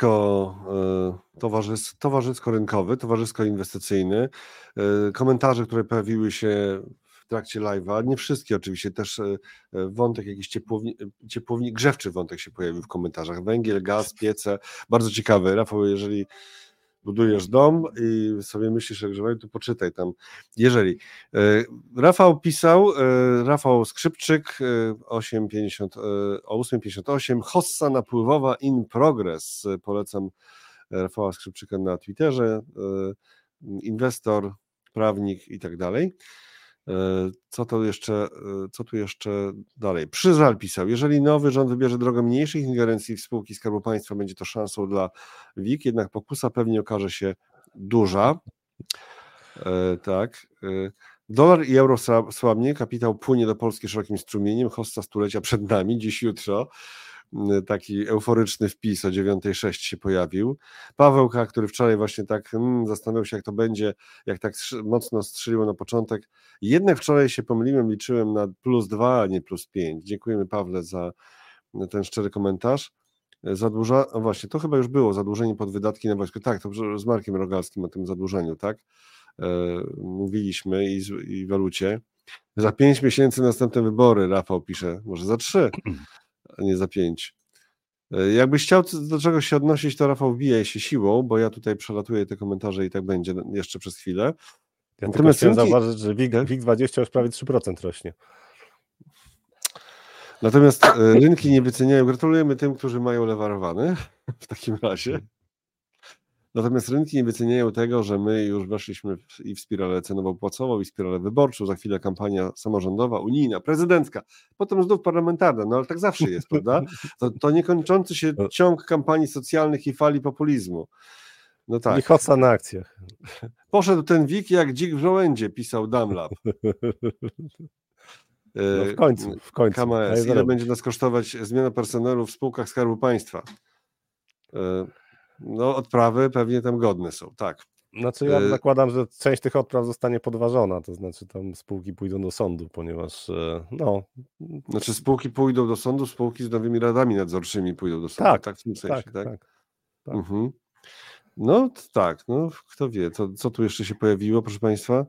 towarzysko-rynkowy, towarzysko-inwestycyjny. Komentarze, które pojawiły się w trakcie live'a, nie wszystkie oczywiście, też wątek jakiś ciepłowni, grzewczy wątek się pojawił w komentarzach. Węgiel, gaz, piece, bardzo ciekawy. Rafał, jeżeli budujesz dom i sobie myślisz o grzewaniu, to poczytaj tam. Jeżeli. Rafał pisał, Rafał Skrzypczyk o 8:58, hossa napływowa in progress. Polecam Rafała Skrzypczyka na Twitterze, inwestor, prawnik i tak dalej. Co tu jeszcze dalej? Przyżal pisał, jeżeli nowy rząd wybierze drogę mniejszych ingerencji w spółki Skarbu Państwa, będzie to szansą dla WIG, jednak pokusa pewnie okaże się duża. Tak. Dolar i euro słabnie, kapitał płynie do Polski szerokim strumieniem, hossa stulecia przed nami, dziś, jutro. Taki euforyczny wpis o 9:06 się pojawił. Paweł K., który wczoraj właśnie tak zastanawiał się, jak to będzie, jak tak mocno strzeliło na początek. Jednak wczoraj się pomyliłem, liczyłem na +2, a nie +5. Dziękujemy, Pawle, za ten szczery komentarz. Właśnie, to chyba już było, zadłużenie pod wydatki na wojsko. Tak, to z Markiem Rogalskim o tym zadłużeniu, tak? Mówiliśmy i walucie. Za 5 miesięcy następne wybory, Rafał pisze, może za 3. A nie za 5. Jakbyś chciał do czegoś się odnosić, to Rafał wbijaj się siłą, bo ja tutaj przelatuję te komentarze i tak będzie jeszcze przez chwilę. Ja natomiast chciałem zauważyć, że WIG20 już prawie 3% rośnie. Natomiast rynki nie wyceniają, gratulujemy tym, którzy mają lewarowany w takim razie. Natomiast rynki nie wyceniają tego, że my już weszliśmy i w spiralę cenowo-płacową, i w spiralę wyborczą, za chwilę kampania samorządowa, unijna, prezydencka, potem znów parlamentarna, no ale tak zawsze jest, prawda? To niekończący się ciąg kampanii socjalnych i fali populizmu. No tak. I hossa na akcjach. Poszedł ten WIG jak dzik w żołędzie, pisał Damlab. No w końcu. KMS. Ile będzie nas kosztować zmiana personelu w spółkach Skarbu Państwa? No odprawy pewnie tam godne są, tak. Znaczy ja zakładam, że część tych odpraw zostanie podważona, to znaczy tam spółki pójdą do sądu, ponieważ Znaczy spółki pójdą do sądu, spółki z nowymi radami nadzorczymi pójdą do sądu, tak w tym sensie, tak? Mhm. No tak, no kto wie, co tu jeszcze się pojawiło, proszę Państwa?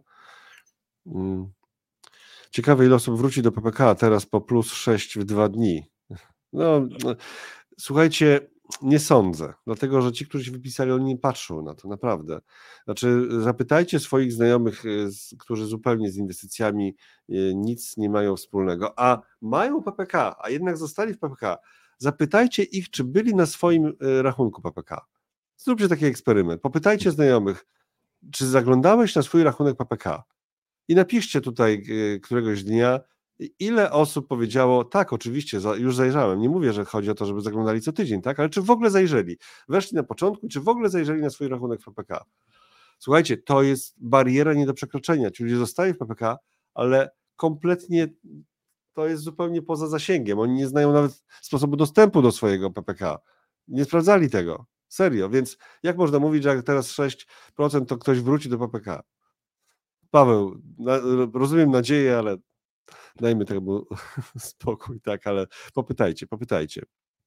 Ciekawe, ile osób wróci do PPK teraz po +6 w 2 dni. No, słuchajcie, nie sądzę, dlatego że ci, którzy się wypisali, oni nie patrzą na to, naprawdę. Znaczy, zapytajcie swoich znajomych, którzy zupełnie z inwestycjami nic nie mają wspólnego, a mają PPK, a jednak zostali w PPK. Zapytajcie ich, czy byli na swoim rachunku PPK. Zróbcie taki eksperyment. Popytajcie znajomych, czy zaglądałeś na swój rachunek PPK i napiszcie tutaj któregoś dnia, ile osób powiedziało, tak, oczywiście, już zajrzałem. Nie mówię, że chodzi o to, żeby zaglądali co tydzień, tak, ale czy w ogóle zajrzeli? Weszli na początku, czy w ogóle zajrzeli na swój rachunek w PPK? Słuchajcie, to jest bariera nie do przekroczenia. Ci ludzie zostali w PPK, ale kompletnie to jest zupełnie poza zasięgiem. Oni nie znają nawet sposobu dostępu do swojego PPK. Nie sprawdzali tego. Serio. Więc jak można mówić, że jak teraz 6% to ktoś wróci do PPK? Paweł, rozumiem nadzieję, ale dajmy temu spokój, tak, ale popytajcie.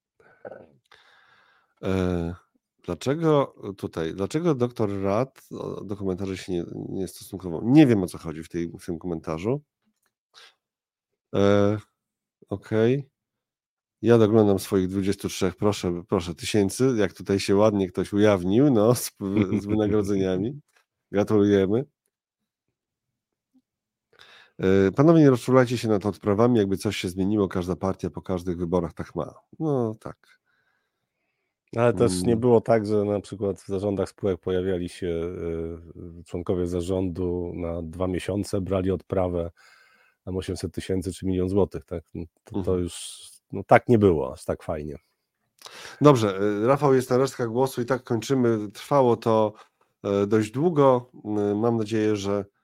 Dlaczego doktor Rad do komentarzy się nie stosunkował? Nie wiem, o co chodzi w tym komentarzu. Okej. Ja doglądam swoich 23, proszę, tysięcy, jak tutaj się ładnie ktoś ujawnił, no, z wynagrodzeniami. Gratulujemy. Panowie, nie rozczulajcie się nad odprawami, jakby coś się zmieniło, każda partia po każdych wyborach tak ma. No tak. Ale też nie było tak, że na przykład w zarządach spółek pojawiali się członkowie zarządu na 2 miesiące, brali odprawę tam 800 000 czy 1 000 000 złotych. Tak? To już tak nie było, aż tak fajnie. Dobrze, Rafał jest na resztkach głosu i tak kończymy. Trwało to dość długo. Mam nadzieję,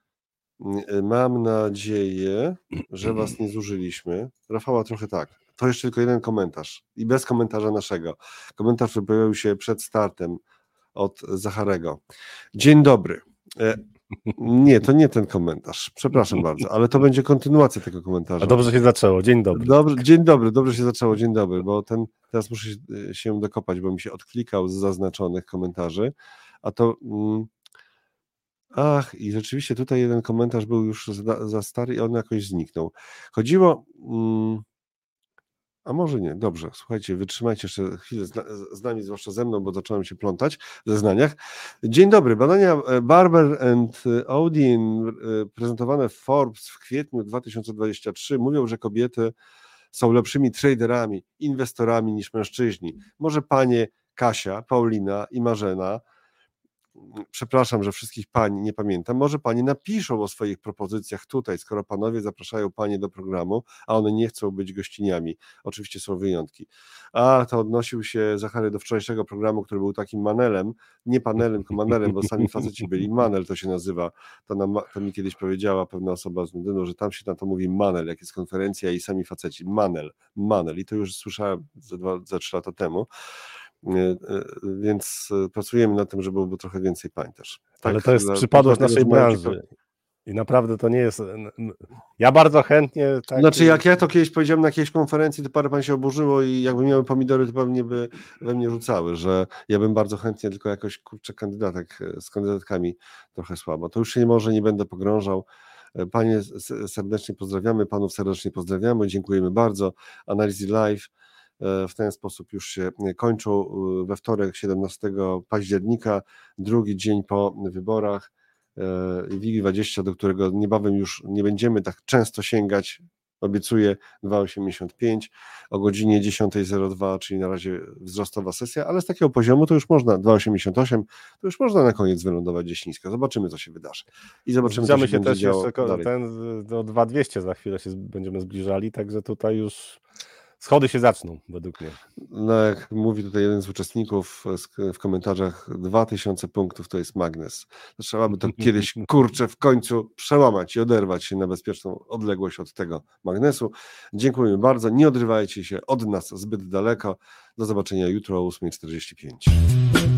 że was nie zużyliśmy. Rafała trochę tak. To jeszcze tylko jeden komentarz i bez komentarza naszego. Komentarz, który pojawił się przed startem od Zacharego. Dzień dobry. Nie, to nie ten komentarz. Przepraszam bardzo, ale to będzie kontynuacja tego komentarza. A dobrze się zaczęło. Dzień dobry. Dzień dobry, dobrze się zaczęło. Dzień dobry, bo teraz muszę się dokopać, bo mi się odklikał z zaznaczonych komentarzy, a to i rzeczywiście tutaj jeden komentarz był już za stary i on jakoś zniknął. Chodziło, a może nie, dobrze, słuchajcie, wytrzymajcie jeszcze chwilę z nami, zwłaszcza ze mną, bo zacząłem się plątać w zeznaniach. Dzień dobry, badania Barber and Odin prezentowane w Forbes w kwietniu 2023 mówią, że kobiety są lepszymi traderami, inwestorami niż mężczyźni. Może panie Kasia, Paulina i Marzena, przepraszam, że wszystkich pań nie pamiętam, może panie napiszą o swoich propozycjach tutaj, skoro panowie zapraszają panie do programu, a one nie chcą być gościniami. Oczywiście są wyjątki. To odnosił się Zachary do wczorajszego programu, który był takim manelem, nie panelem, tylko manelem, bo sami faceci byli. Manel to się nazywa. To mi kiedyś powiedziała pewna osoba z Londynu, że tam się na to mówi manel, jak jest konferencja i sami faceci. Manel. I to już słyszałem za 3 lata temu. Więc pracujemy nad tym, żeby było trochę więcej pań też. Tak, ale to jest przypadłość naszej branży i naprawdę to nie jest... Ja bardzo chętnie... Znaczy jak ja to kiedyś powiedziałem na jakiejś konferencji, to parę pań się oburzyło i jakby miały pomidory, to pewnie by we mnie rzucały, że ja bym bardzo chętnie, tylko jakoś kandydatek z kandydatkami trochę słabo. To już się nie będę pogrążał. Panie serdecznie pozdrawiamy, panów serdecznie pozdrawiamy, dziękujemy bardzo. Analizy Live w ten sposób już się kończą. We wtorek 17 października, drugi dzień po wyborach, WIG20, do którego niebawem już nie będziemy tak często sięgać, obiecuję 2,85 o godzinie 10:02, czyli na razie wzrostowa sesja, ale z takiego poziomu to już można, 2,88, to już można na koniec wylądować gdzieś nisko. Zobaczymy, co się wydarzy. I zobaczymy, co się będzie działo dalej. Do 2,200 za chwilę się będziemy zbliżali, także tutaj już schody się zaczną, według mnie. No jak mówi tutaj jeden z uczestników w komentarzach, 2000 punktów to jest magnes. Trzeba by to kiedyś, w końcu przełamać i oderwać się na bezpieczną odległość od tego magnesu. Dziękujemy bardzo. Nie odrywajcie się od nas zbyt daleko. Do zobaczenia jutro o 8:45.